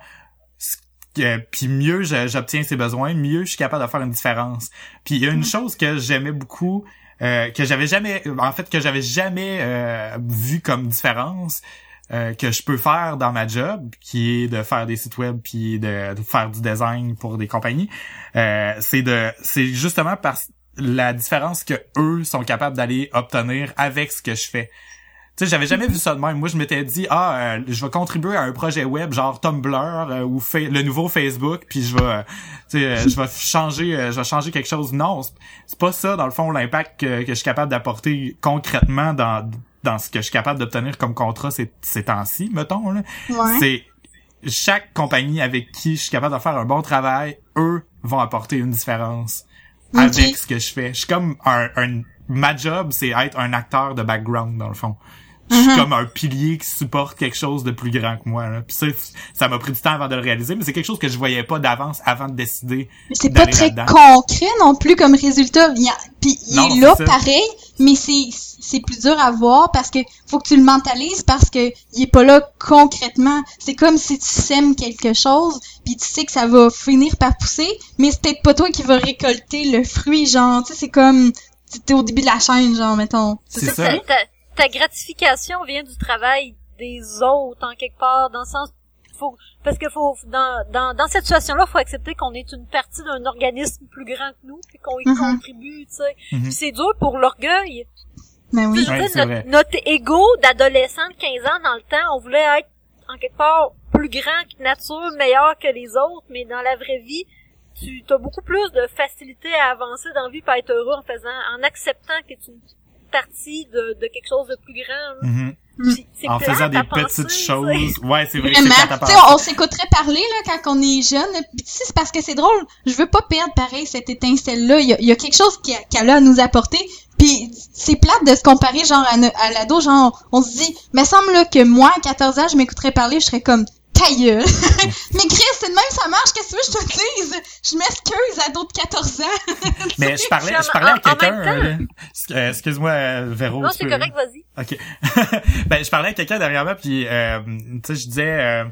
euh, puis mieux je, j'obtiens ses besoins, mieux je suis capable de faire une différence. Puis il y a une chose que j'aimais beaucoup, euh, que j'avais jamais, en fait que j'avais jamais euh, vu comme différence, euh, que je peux faire dans ma job, qui est de faire des sites web puis de, de faire du design pour des compagnies, euh, c'est de, c'est justement parce la différence que eux sont capables d'aller obtenir avec ce que je fais. Tu sais, j'avais jamais vu ça de même. Moi, je m'étais dit, ah, euh, je vais contribuer à un projet web genre Tumblr euh, ou fa- le nouveau Facebook, puis je vais, euh, tu sais, euh, je vais changer, euh, je vais changer quelque chose. Non, c'est, c'est pas ça dans le fond l'impact que, que je suis capable d'apporter concrètement dans dans ce que je suis capable d'obtenir comme contrat ces, ces temps-ci, mettons là. Ouais. C'est chaque compagnie avec qui je suis capable de faire un bon travail, eux vont apporter une différence. Avec okay. ce que je fais. Je suis comme un, un, ma job, c'est être un acteur de background, dans le fond. Je suis uh-huh. comme un pilier qui supporte quelque chose de plus grand que moi, là. Puis ça, ça m'a pris du temps avant de le réaliser, mais c'est quelque chose que je voyais pas d'avance avant de décider. Mais c'est pas très là-dedans. Concret non plus comme résultat. Il y a, puis il non, est là, c'est pareil, mais c'est, c'est plus dur à voir parce que faut que tu le mentalises parce que il est pas là concrètement. C'est comme si tu sèmes quelque chose, puis tu sais que ça va finir par pousser, mais c'est peut-être pas toi qui vas récolter le fruit, genre, tu sais, c'est comme, t'es au début de la chaîne, genre, mettons. C'est, c'est ça. ça. Ta gratification vient du travail des autres en quelque part, dans le sens faut parce que faut dans dans dans cette situation-là, faut accepter qu'on est une partie d'un organisme plus grand que nous puis qu'on y mm-hmm. contribue, tu sais. Mm-hmm. Puis c'est dur pour l'orgueil. Mais oui, ouais, c'est notre, notre ego d'adolescent de quinze ans dans le temps, on voulait être en quelque part plus grand que nature, meilleur que les autres, mais dans la vraie vie, tu as beaucoup plus de facilité à avancer dans la vie, pas être heureux en faisant en acceptant que tu partie de, de quelque chose de plus grand. Mm-hmm. Puis, c'est en faisant des petites pensée, choses. C'est... Ouais, c'est vrai. Vraiment. Tu sais, on, on s'écouterait parler, là, quand on est jeune. Puis, tu sais, c'est parce que c'est drôle. Je veux pas perdre, pareil, cette étincelle-là. Il y a, il y a quelque chose qui a, qu'elle a à nous apporter. Puis, c'est plate de se comparer, genre, à, à l'ado. Genre, on, on se dit, me semble, là, que moi, à quatorze ans, je m'écouterais parler, je serais comme, ta gueule. Mais Chris, c'est de même ça marche, qu'est-ce que tu veux que je te dise? Je m'excuse à d'autres quatorze ans. Mais je parlais, je parlais à quelqu'un, euh, euh, excuse-moi, Véro. Non, c'est peux... correct, vas-y. OK. Ben, je parlais à quelqu'un dernièrement, puis, euh, tu sais, je disais, euh,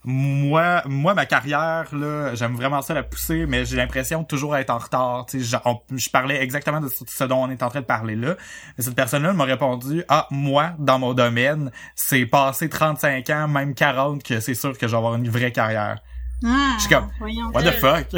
moi, moi, ma carrière, là, j'aime vraiment ça la pousser, mais j'ai l'impression de toujours être en retard. Tu sais, je, on, je parlais exactement de ce dont on est en train de parler là. Et cette personne-là m'a répondu, ah, moi, dans mon domaine, c'est passé trente-cinq ans, même quarante, que c'est sûr que je vais avoir une vraie carrière. Ah, je suis comme, voyons, what the fuck?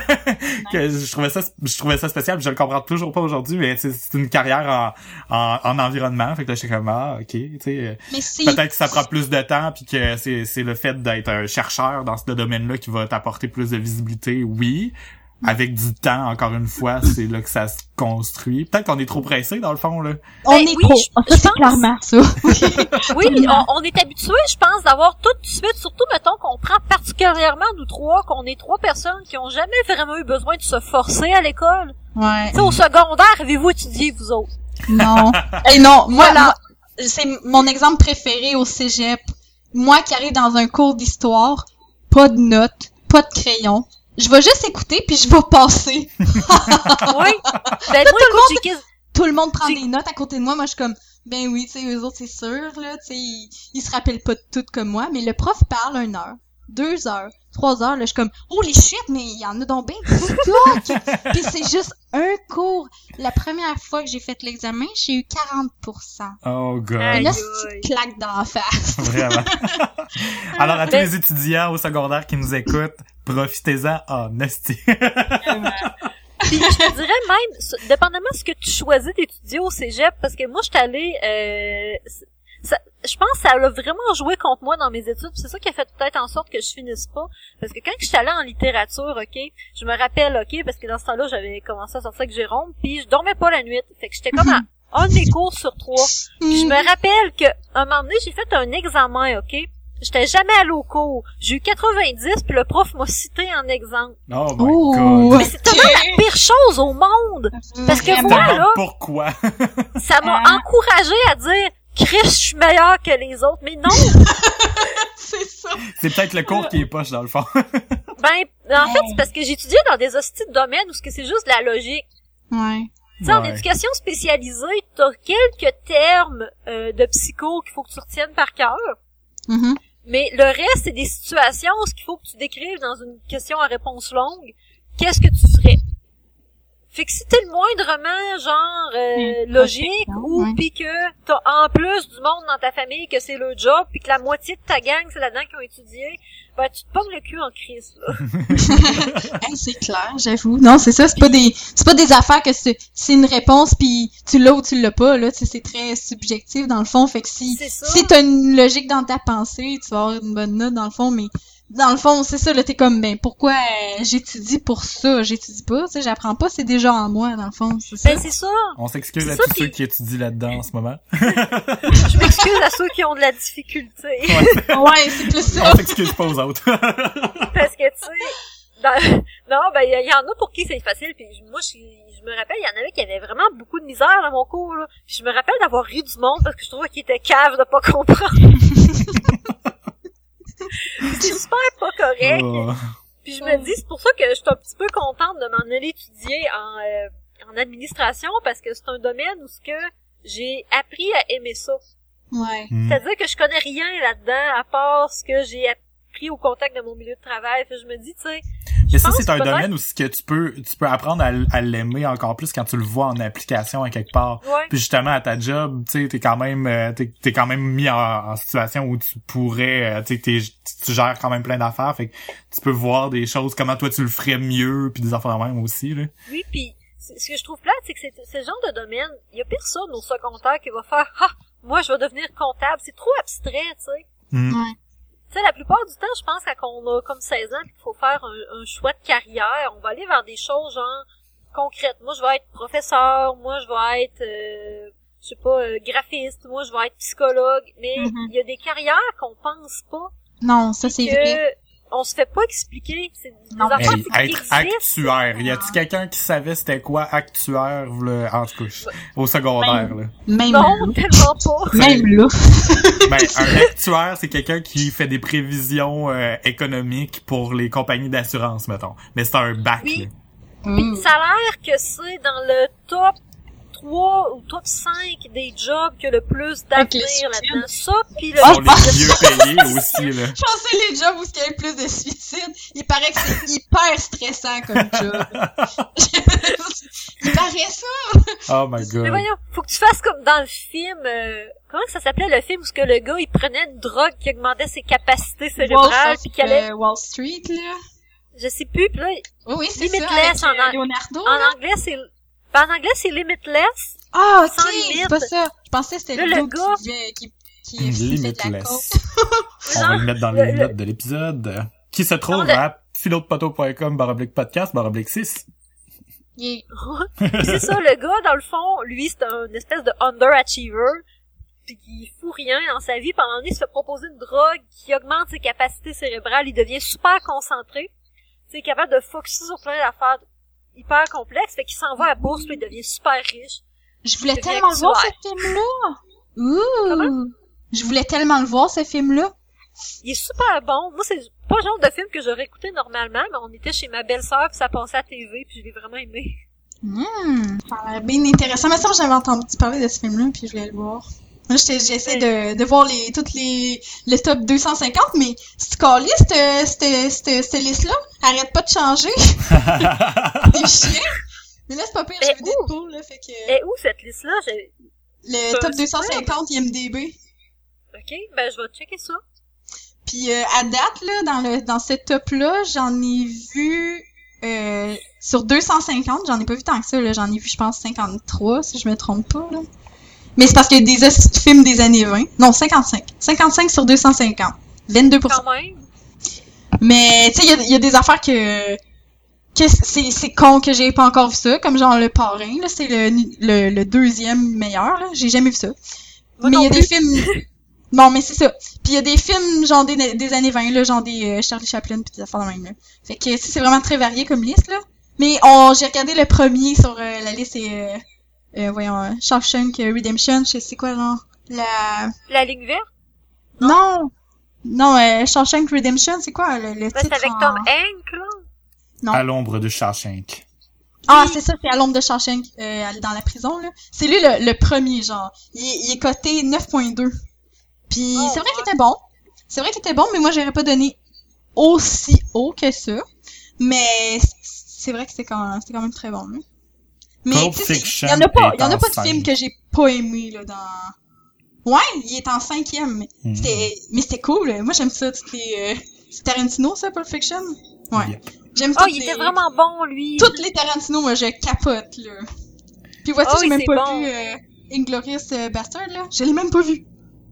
que je trouvais ça, je trouvais ça spécial, puis je le comprends toujours pas aujourd'hui, mais c'est, c'est une carrière en, en, en environnement, fait que là, je suis comme, ah, ok, tu sais, peut-être que ça prend plus de temps, puis que c'est, c'est le fait d'être un chercheur dans ce domaine-là qui va t'apporter plus de visibilité, oui, avec du temps, encore une fois, c'est là que ça se construit. Peut-être qu'on est trop pressé, dans le fond, là. On Ben est oui, trop. je- Ça, je c'est pense. clairement ça. Oui, puis on, on est habitué, je pense, d'avoir tout de suite, surtout, mettons, qu'on prend particulièrement nous trois, qu'on est trois personnes qui ont jamais vraiment eu besoin de se forcer à l'école. Ouais. Tu sais, au secondaire, avez-vous étudié, vous autres? Non. Et non, moi, Voilà. moi, c'est mon exemple préféré au cégep. Moi qui arrive dans un cours d'histoire, pas de notes, pas de crayon. Je vais juste écouter puis je vais passer. Oui. Ben, moi, tout le écoute, j'ai quasi- Tout le monde prend J'ai- des notes à côté de moi. Moi, je suis comme, ben oui, tu sais, eux autres, c'est sûr, là, tu sais, ils, ils se rappellent pas de tout comme moi. Mais le prof parle une heure, deux heures, trois heures, là, je suis comme, oh les shit, mais il y en a donc bien beaucoup. Puis c'est juste un cours. La première fois que j'ai fait l'examen, j'ai eu quarante pour cent. Oh, God. Et Aïe, là, aïe. c'est une claque d'en face. Vraiment. Alors, à tous Mais- les étudiants au secondaire qui nous écoutent, profitez-en en esti. Puis je te dirais même, s- dépendamment de ce que tu choisis d'étudier au cégep, parce que moi, je suis allée... Euh, c- ça, je pense que ça a vraiment joué contre moi dans mes études, puis c'est ça qui a fait peut-être en sorte que je finisse pas. Parce que quand je suis allée en littérature, ok, je me rappelle, ok, parce que dans ce temps-là, j'avais commencé à sortir avec Jérôme, puis je dormais pas la nuit. Fait que j'étais comme à un des cours sur trois. Puis je me rappelle que un moment donné, j'ai fait un examen, ok. J'étais jamais allée au cours. J'ai eu quatre-vingt-dix, puis le prof m'a cité en exemple. Oh my Ouh. God. Mais c'est tellement la pire chose au monde! Parce que Vraiment. moi, Tellement là, pourquoi? ça m'a Ah. encouragé à dire « Chris, je suis meilleur que les autres. » Mais non! C'est ça. C'est peut-être le cours qui est poche, dans le fond. Ben, en fait, c'est parce que j'étudiais dans des hosties de domaines où c'est juste de la logique. Ouais. Tu sais, en Ouais. éducation spécialisée, t'as quelques termes euh, de psycho qu'il faut que tu retiennes par cœur. Mhm. Mais le reste, c'est des situations où il faut que tu décrives dans une question à réponse longue. Qu'est-ce que tu ferais? Fait que si t'es le moindrement, genre, euh, Mmh, logique, ou ouais. pis que t'as en plus du monde dans ta famille que c'est le job, pis que la moitié de ta gang, c'est là-dedans qui ont étudié, ben tu te pognes le cul en crise, là. Hey, c'est clair, j'avoue. Non, c'est ça, c'est pas des c'est pas des affaires que c'est c'est une réponse puis tu l'as ou tu l'as pas là, tu sais, c'est très subjectif dans le fond, fait que si C'est ça. si t'as une logique dans ta pensée, tu vas avoir une bonne note dans le fond, mais dans le fond, c'est ça là, t'es comme ben pourquoi euh, j'étudie pour ça, j'étudie pas, tu sais, j'apprends pas, c'est déjà en moi dans le fond, c'est ça. Ben c'est ça. On s'excuse C'est à ça tous qui- ceux qui étudient là-dedans en ce moment. Je m'excuse à ceux qui ont de la difficulté. Ouais, c'est plus ça. On s'excuse pas aux autres. Parce que, tu sais, dans- non, ben, il y, y en a pour qui c'est facile, puis je- moi, je, je me rappelle, il y en avait qui avaient vraiment beaucoup de misère dans mon cours, là. Puis je me rappelle d'avoir ri du monde parce que je trouvais qu'ils étaient caves de pas comprendre. C'est super pas correct. Oh. Puis je me dis, c'est pour ça que je suis un petit peu contente de m'en aller étudier en, euh, en administration, parce que c'est un domaine où ce que j'ai appris à aimer ça. Ouais. Hmm. C'est-à-dire que je connais rien là-dedans, à part ce que j'ai appris au contact de mon milieu de travail. Fait que je me dis, tu sais... Mais je ça, pense c'est un peut-être- domaine où ce que tu peux, tu peux apprendre à, l- à l'aimer encore plus quand tu le vois en application à quelque part. Ouais. Puis justement, à ta job, tu sais, t'es quand même, euh, t'es, t'es quand même mis en, en situation où tu pourrais, euh, tu sais, t'es- tu gères quand même plein d'affaires, fait que tu peux voir des choses, comment toi tu le ferais mieux, puis des affaires de même aussi, là. Oui, puis ce que je trouve plate, c'est que c'est ce genre de domaine, il y a personne au secondaire qui va faire « Ah, moi, je vais devenir comptable. » C'est trop abstrait, tu sais. Hmm. Ouais. Tu sais, la plupart du temps, je pense, quand on a comme seize ans, qu'il faut faire un, un choix de carrière, on va aller vers des choses, genre, concrètes. Moi, je vais être professeur, moi, je vais être, euh, je sais pas, euh, graphiste, moi, je vais être psychologue. Mais il Mhm. y a des carrières qu'on pense pas, Non, ça c'est vrai. que on se fait pas expliquer. C'est des Non, affaires Hey, qui être existent. actuaire. Y a-tu quelqu'un qui savait c'était quoi actuaire, là, en tout cas, au secondaire, là? Même Non, là. tellement pas. Même là. Ben, un actuaire, c'est quelqu'un qui fait des prévisions euh, économiques pour les compagnies d'assurance, mettons. Mais c'est un bac, Oui. là. Puis Mm. ça a l'air que c'est dans le top trois ou top cinq des jobs qui a le plus Avec les d'avenir suicides. là-dedans. Ça, puis le... Ah, Ils sont les mieux payés aussi, là. Je pense que c'est les jobs où il y a le plus de suicides. Il paraît que c'est hyper stressant comme job. Il paraît ça. Oh my Mais god. voyons, faut que tu fasses comme dans le film... euh, comment que ça s'appelait le film où ce que le gars, il prenait une drogue qui augmentait ses capacités cérébrales, puis qu'il allait... Euh, Wall Street, là. Je sais plus, puis là, Oui, oui, c'est ça. Limitless Avec, en euh, an- Leonardo, là. en anglais, c'est... ben, en anglais, c'est Limitless. Ah, ok, sans limite. c'est pas ça. Je pensais que c'était Là, le le dude gars- qui, vivait- qui, qui faisait de la coke. Limitless. On va Genre, le mettre dans le- les le- notes de l'épisode. qui se trouve Non, le... à philodepoteau.com baroblique podcast baroblique six. Yeah. C'est ça, le gars, dans le fond, lui, c'est un une espèce de underachiever, pis qui fout rien dans sa vie. Pendant un moment, il se fait proposer une drogue qui augmente ses capacités cérébrales, il devient super concentré, il est capable de focuser sur plein d'affaires hyper complexes, fait qu'il s'en va à bourse, puis il devient super riche. Je voulais tellement le voir, ce film-là! Ouh! Comment? Je voulais tellement le voir, ce film-là. Il est super bon. Moi, c'est pas le genre de film que j'aurais écouté normalement, mais on était chez ma belle-sœur, puis ça passait à la T V, puis je l'ai vraiment aimé. Hum, ça a l'air bien intéressant. Mais ça, j'avais entendu parler de ce film-là, puis je voulais le voir. Moi, j'essaie de, de voir les, toutes les, les top deux cent cinquante, mais si tu calais cette, cette, cette, cette liste-là, arrête pas de changer. C'est chiant. Mais là, c'est pas pire, j'ai vu des Deadpool, là, fait que... Et où, cette liste-là? J'ai... Le top deux cent cinquante I M D B. Ok, ben, je vais checker ça. Puis euh, à date, là, dans le dans ce top-là, j'en ai vu... Euh, sur deux cent cinquante, j'en ai pas vu tant que ça, là. J'en ai vu, je pense, cinquante-trois, si je me trompe pas, là. Mais c'est parce qu'il y a des films des années vingt. Non, cinquante-cinq. cinquante-cinq sur deux cent cinquante. vingt-deux pour cent. Quand même. Mais, tu sais, il y, y a des affaires que... que c'est, c'est con que j'ai pas encore vu ça. Comme genre Le Parrain, là. C'est le, le, le deuxième meilleur, là. J'ai jamais vu ça. Moi mais il y a plus. des films... Bon, mais c'est ça. Puis il y a des films, genre, des, des années vingt, là. Genre des euh, Charlie Chaplin pis des affaires de même, là. Fait que, c'est vraiment très varié comme liste, là. Mais on, j'ai regardé le premier sur euh, la liste, et... Euh, Euh, voyons, euh, Shawshank Redemption, je sais c'est quoi, genre, la... La ligne verte? Non! Non, euh, Shawshank Redemption, c'est quoi, le, le Ben, titre? c'est avec en... Tom Hanks, là? Non. À l'ombre de Shawshank. Ah, c'est ça, c'est à l'ombre de Shawshank, euh, dans la prison, là. C'est lui, le, le premier, genre. Il, il est coté neuf virgule deux. Puis, Oh, c'est vrai ouais. qu'il était bon. C'est vrai qu'il était bon, mais moi, j'aurais pas donné aussi haut que ça. Mais, c'est vrai que c'est quand même, c'est quand même très bon, là. Mais, Pulp tu sais, Fiction il y en a pas, est il y en a en pas de cinq. film que j'ai pas aimé, là, dans... Ouais, il est en cinquième, mais Mm. c'était, mais c'était cool, moi j'aime ça, toutes les, euh... c'est Tarantino, ça, Pulp Fiction? Ouais. Yep. J'aime Oh, toutes il les... était vraiment bon, lui. Toutes les Tarantino, moi, je capote, là. Puis voici, Oh, j'ai oui, même c'est pas bon. vu, euh, Inglourious euh, Bastard, là. Je l'ai même pas vu.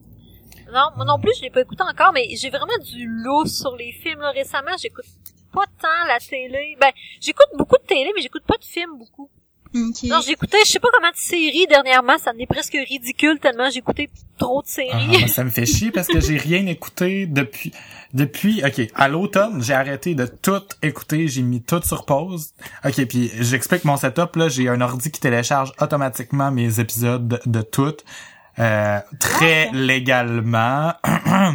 Non, moi non plus, je l'ai pas écouté encore, mais j'ai vraiment du lousse sur les films, là. Récemment, j'écoute pas tant la télé. Ben, j'écoute beaucoup de télé, mais j'écoute pas de films beaucoup. Ok. Non, j'ai écouté, je sais pas combien de séries dernièrement, ça en est presque ridicule tellement j'ai écouté trop de Ah, séries. moi, ça me fait chier parce que j'ai rien écouté depuis, depuis, ok, à l'automne, j'ai arrêté de tout écouter, j'ai mis tout sur pause. Ok, puis j'explique mon setup, là, j'ai un ordi qui télécharge automatiquement mes épisodes de, de tout, euh, très légalement, euh,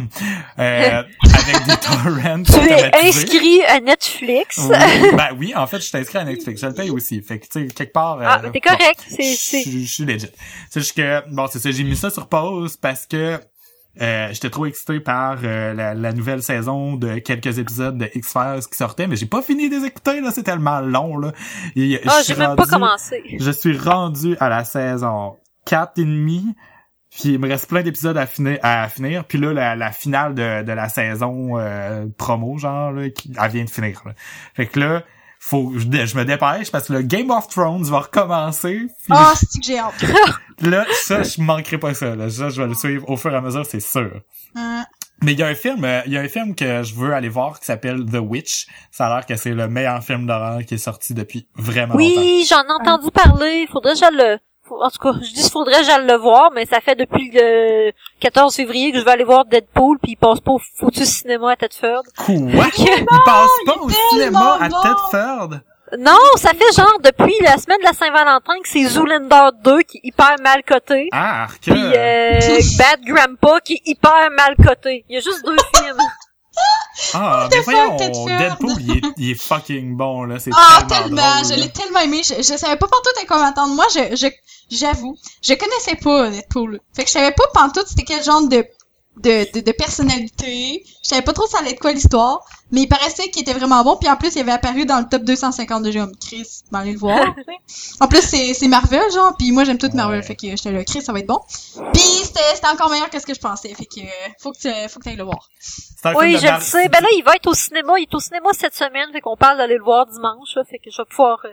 avec des torrents Tu es automatisés. inscrit à Netflix. Oui, ben oui, en fait, je suis inscrit à Netflix, je le paye aussi, fait que, tu sais, quelque part... Ah, euh, t'es correct, bon, c'est, c'est... Je je suis legit. C'est juste que, bon, c'est ça, j'ai mis ça sur pause parce que euh, j'étais trop excité par euh, la, la nouvelle saison de quelques épisodes de X-Files qui sortaient, mais j'ai pas fini de les écouter, là, c'est tellement long, là. Et, Ah, je j'ai suis même pas rendu- commencé. Je suis rendu à la saison quatre et demi, puis il me reste plein d'épisodes à finir, à finir, puis là, la, la finale de, de la saison euh, promo, genre, là, qui, elle vient de finir, là. Fait que là, faut je, je me dépêche parce que le Game of Thrones va recommencer. Puis Ah, oh, c'est que j'ai hâte. là, ça, je manquerai pas ça. Là. Ça, je vais le suivre au fur et à mesure, c'est sûr. Euh, Mais il y a un film, euh, il y a un film que je veux aller voir qui s'appelle The Witch. Ça a l'air que c'est le meilleur film d'horreur qui est sorti depuis vraiment longtemps. Oui, j'en ai entendu parler. Faudrait que je le... faut- En tout cas, je dis faudrait que j'aille le voir, mais ça fait depuis le quatorze février que je vais aller voir Deadpool, puis il passe pas au foutu cinéma à Thetford. Quoi? Il passe pas au cinéma à bon. Thetford? Non, ça fait genre depuis la semaine de la Saint-Valentin que c'est Zoolander deux qui est hyper mal coté. Ah, que... Puis euh, Bad Grandpa qui est hyper mal coté. Il y a juste deux films. Ah, What the mais voyons, fuck, Thetford? Deadpool, il est, il est fucking bon, là. C'est Ah, tellement tellement! drôle, Je là. l'ai tellement aimé. Je, je savais pas pantoute à quoi m'attendre. Moi, je, je, j'avoue, je connaissais pas Deadpool. Fait que je savais pas pantoute c'était quel genre de, de, de, de personnalité. Je savais pas trop ça allait être quoi l'histoire. Mais il paraissait qu'il était vraiment bon. Puis en plus, il avait apparu dans le top deux cent cinquante de Jérôme. Chris, ben allez le voir. En plus, c'est, c'est Marvel, genre. Puis moi, j'aime tout Marvel. Ouais. Fait que j'étais là, Chris, ça va être bon. Puis c'était, c'était encore meilleur que ce que je pensais. Fait que, euh, faut que tu, faut que t'ailles le voir. C'est un Oui, film de je le Mar- sais. Ben là, il va être au cinéma. Il est au cinéma cette semaine, fait qu'on parle d'aller le voir dimanche. Là, fait que je vais pouvoir euh,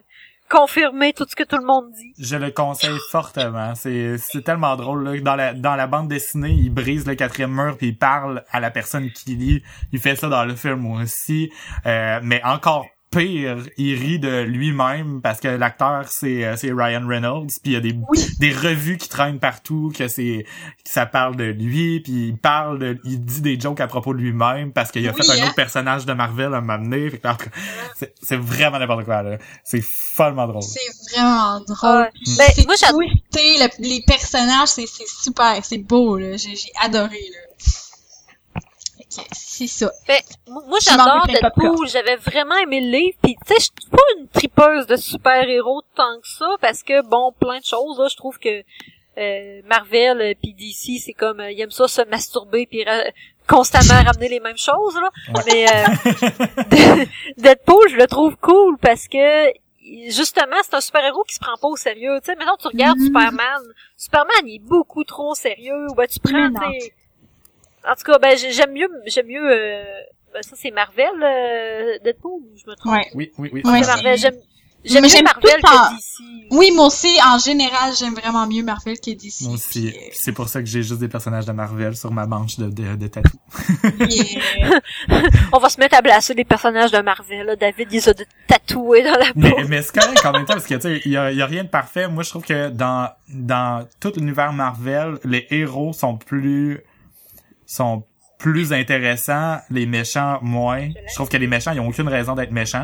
confirmer tout ce que tout le monde dit. Je le conseille fortement. C'est c'est tellement drôle là. Dans la dans la bande dessinée, il brise le quatrième mur puis il parle à la personne qui lit. Il fait ça dans le film aussi, euh, mais encore pire, il rit de lui-même parce que l'acteur c'est c'est Ryan Reynolds, puis il y a des Oui. des revues qui traînent partout que c'est que ça parle de lui, puis il parle de il dit des jokes à propos de lui-même parce qu'il a Oui, fait un hein? autre personnage de Marvel à un moment donné. Fait que, en tout cas, c'est c'est vraiment n'importe quoi là. C'est follement drôle. C'est vraiment drôle. Ouais. Puis Ben, c'est moi, j'adore. twisté, le- les personnages, c'est c'est super, c'est beau, là. J'ai j'ai adoré, là. Ok, c'est ça. Ben, moi, moi, Je m'en j'adore fais plein de Deadpool. J'avais vraiment aimé le livre. Puis, tu sais, je suis pas une tripeuse de super-héros tant que ça, parce que, bon, plein de choses, là, je trouve que euh, Marvel euh, puis D C, c'est comme, euh, ils aiment ça se masturber puis ra- constamment ramener les mêmes choses, là. Ouais. Mais euh, Deadpool, je le trouve cool parce que, justement, c'est un super-héros qui se prend pas au sérieux. Tu sais, maintenant, tu regardes Mhm. Superman. Superman, il est beaucoup trop sérieux. Ben, tu prends, Mais non. tes... En tout cas, ben, j'ai- j'aime mieux, j'aime mieux, euh, ben, ça, c'est Marvel, euh, Deadpool, ou je me trompe? Ouais. Oui, oui, oui. Ouais, c'est C'est Marvel, c'est- j'aime, j'aime Mais mieux j'aime Marvel tout le temps. que D C. Oui, moi aussi, en général, j'aime vraiment mieux Marvel que D C. Moi aussi. Puis, euh, C'est pour ça que j'ai juste des personnages de Marvel sur ma manche de, de, de tatou. yeah. On va se mettre à blasser les personnages de Marvel, là. David, il les a de tatoués dans la peau. Mais, mais c'est correct en même temps parce que tu sais, il y a, il y a rien de parfait. Moi, je trouve que dans dans tout l'univers Marvel, les héros sont plus sont plus intéressants, les méchants moins. Je trouve que les méchants, ils ont aucune raison d'être méchants.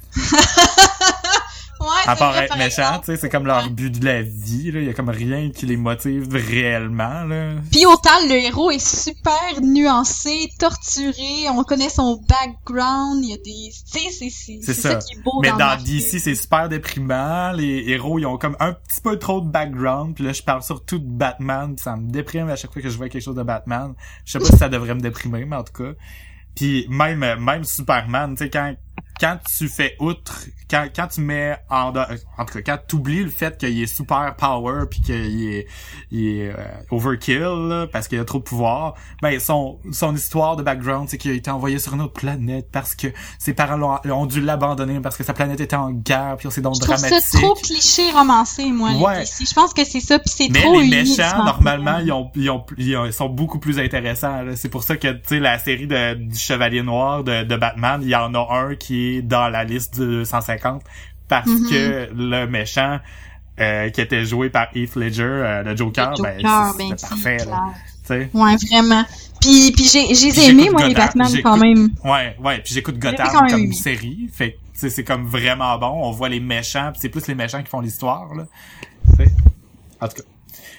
Ouais, À c'est part vrai, être par méchant, exemple. tu sais, c'est comme leur but de la vie, là. Il y a comme rien qui les motive réellement, là. Puis autant le héros est super nuancé, torturé, on connaît son background, il y a des, tu sais, c'est c'est C'est c'est ça. ça qui est beau Mais dans, dans Marvel. D C, c'est super déprimant. Les héros, ils ont comme un petit peu trop de background. Puis là, je parle surtout de Batman. Ça me déprime à chaque fois que je vois quelque chose de Batman. Je sais pas si ça devrait me déprimer, mais en tout cas. Puis même même Superman, tu sais, quand quand tu fais outre, quand quand tu mets en de- en tout cas quand tu oublies le fait qu'il est super power puis qu'il est il est euh, overkill là, parce qu'il a trop de pouvoir, ben son son histoire de background c'est qu'il a été envoyé sur une autre planète parce que ses parents l'ont, ont dû l'abandonner parce que sa planète était en guerre puis c'est donc Je trouve dramatique. ça trop cliché romancé, moi, les Ouais. D C. Je pense que c'est ça, puis c'est Mais trop les unique, méchants, je normalement, pense. ils ont, ils ont, ils ont- ils sont beaucoup plus intéressants. là. C'est pour ça que, tu sais, la série de, du Chevalier Noir de, de Batman, il y en a un qui est dans la liste de deux cent cinquante parce Mhm. que le méchant euh, qui était joué par Heath Ledger, euh, le Joker, Le Joker, ben, c'est- ben, c'était c'est parfait. Là, clair. tu sais. Ouais, vraiment. Puis, puis j'ai, j'ai Puis aimé, j'écoute moi, les Gotham, Batman, j'écoute- quand même. Ouais, ouais. Puis j'écoute J'ai Gotham quand même comme aimé. série. Fait que, tu sais, c'est comme vraiment bon. On voit les méchants, puis c'est plus les méchants qui font l'histoire, là. Tu sais. En tout cas.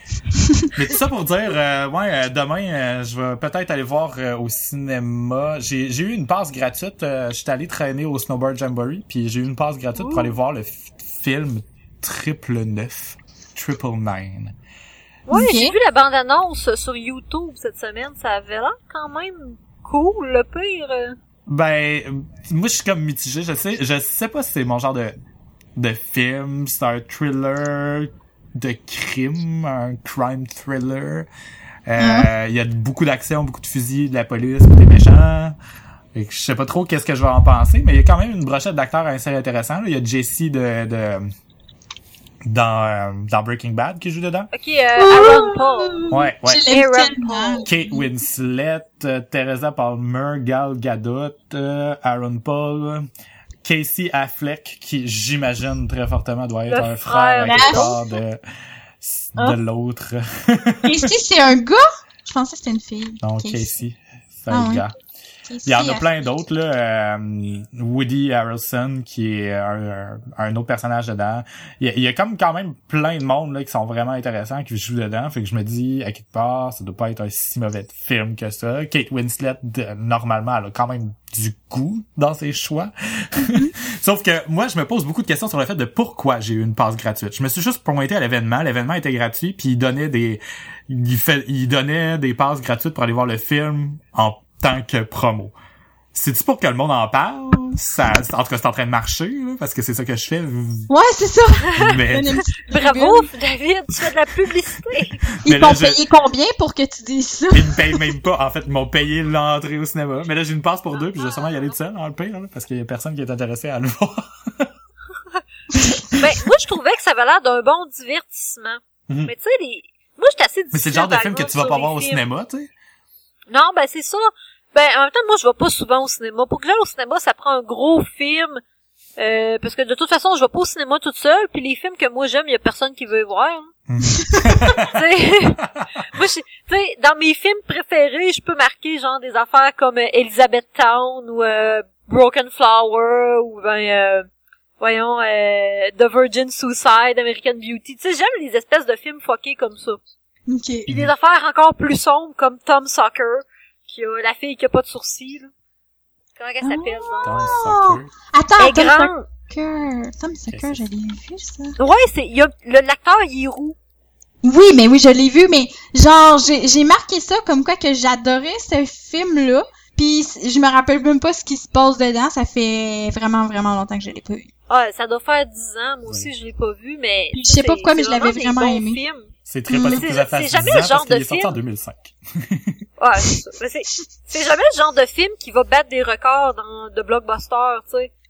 Mais tout ça pour dire, euh, ouais, euh, demain, euh, je vais peut-être aller voir euh, au cinéma. J'ai, j'ai eu une passe gratuite. Euh, J'étais allé traîner au Snowboard Jamboree, puis j'ai eu une passe gratuite pour aller voir le f- film Triple Neuf, Triple Nine. Ouais, Ok. j'ai vu la bande-annonce sur YouTube cette semaine, ça avait l'air quand même cool, le pire. euh. Ben, euh, moi, je suis comme mitigé. Je sais, je sais pas si c'est mon genre de de film. C'est un thriller de crime, un crime thriller. Euh, il y a beaucoup d'action, beaucoup de fusils, de la police, des méchants. Et que je sais pas trop qu'est-ce que je vais en penser, mais il y a quand même une brochette d'acteurs assez intéressants. là. Il y a Jesse de, de dans euh, dans Breaking Bad qui joue dedans. Ok, euh, Aaron Paul. Ouais, ouais. Je l'aime Aaron tellement. Paul. Kate Winslet, euh, Teresa Palmer, Gal Gadot, euh, Aaron Paul, Casey Affleck, qui j'imagine très fortement doit être Le un frère, frère à quelque de- part de, de Ah. l'autre. Et si c'est un gars? Je pensais que c'était une fille. Non, Casey. Casey. C'est Ah un oui. gars. Casey, Il y en a elle- plein d'autres, là. Euh, Woody Harrelson, qui est un, un, un autre personnage dedans. Il y, a, il y a comme quand même plein de monde là qui sont vraiment intéressants, qui jouent dedans. Fait que je me dis, à quelque part, ça doit pas être un si mauvais film que ça. Kate Winslet, de- normalement, elle a quand même du goût dans ses choix. Sauf que moi, je me pose beaucoup de questions sur le fait de pourquoi j'ai eu une passe gratuite. Je me suis juste pointé à l'événement. L'événement était gratuit, puis il donnait des... Il, fait, il donnait des passes gratuites pour aller voir le film en tant que promo. C'est-tu pour que le monde en parle? Ça, en tout cas, c'est en train de marcher, là, parce que c'est ça que je fais. Ouais, c'est ça. Mais, Donne une petite Bravo, tribune. David, tu fais de la publicité. Ils mais là, t'ont je- payé combien pour que tu dises ça? ils me payent même pas. En fait, ils m'ont payé l'entrée au cinéma. Mais là, j'ai une passe pour deux, puis je vais sûrement y aller tout seul, en le pire, là, parce qu'il y a personne qui est intéressé à le voir. Ben, avait l'air d'un bon divertissement. Mm-hmm. Mais tu sais, les... moi, j'étais assez difficile. Mais c'est le genre de film que tu vas pas voir au films. cinéma, tu sais. Non, ben c'est ça. Ben, en même temps, moi, je vais pas souvent au cinéma. Pour que j'aille au cinéma, ça prend un gros film. Euh, parce que de toute façon, je vais pas au cinéma toute seule. Puis les films que moi j'aime, il y a personne qui veut voir. Hein. Mm. T'sais, moi, tu sais, dans mes films préférés, je peux marquer genre des affaires comme euh, Elizabethtown ou euh, Broken Flower ou ben euh, voyons euh, The Virgin Suicide, American Beauty. Tu sais, j'aime les espèces de films fuckés comme ça. Ok. Puis des affaires encore plus sombres comme Tom Sawyer, qui a la fille qui a pas de sourcils. Là. Comment elle s'appelle? Oh. Tom Sawyer. Attends, Elle est Tom grande. Sawyer. Tom Sawyer, je l'ai vu, ça. Ouais, c'est, il y a, le, l'acteur, il est roux. Oui, mais oui, je l'ai vu, mais genre, j'ai, j'ai marqué ça comme quoi que j'adorais ce film-là, pis je me rappelle même pas ce qui se passe dedans, ça fait vraiment, vraiment longtemps que je l'ai pas vu. Ah, ça doit faire dix ans, moi aussi Oui. je l'ai pas vu, mais... Je sais pas pourquoi, mais je l'avais des vraiment bons aimé. films. C'est très Mm. possible Mais que c'est- ça fasse c'est dix jamais ans le genre parce qu'il de est sorti film. en deux mille cinq. Ouais, c'est ça. Mais c'est, c'est jamais le genre de film qui va battre des records dans, de blockbuster, tu sais.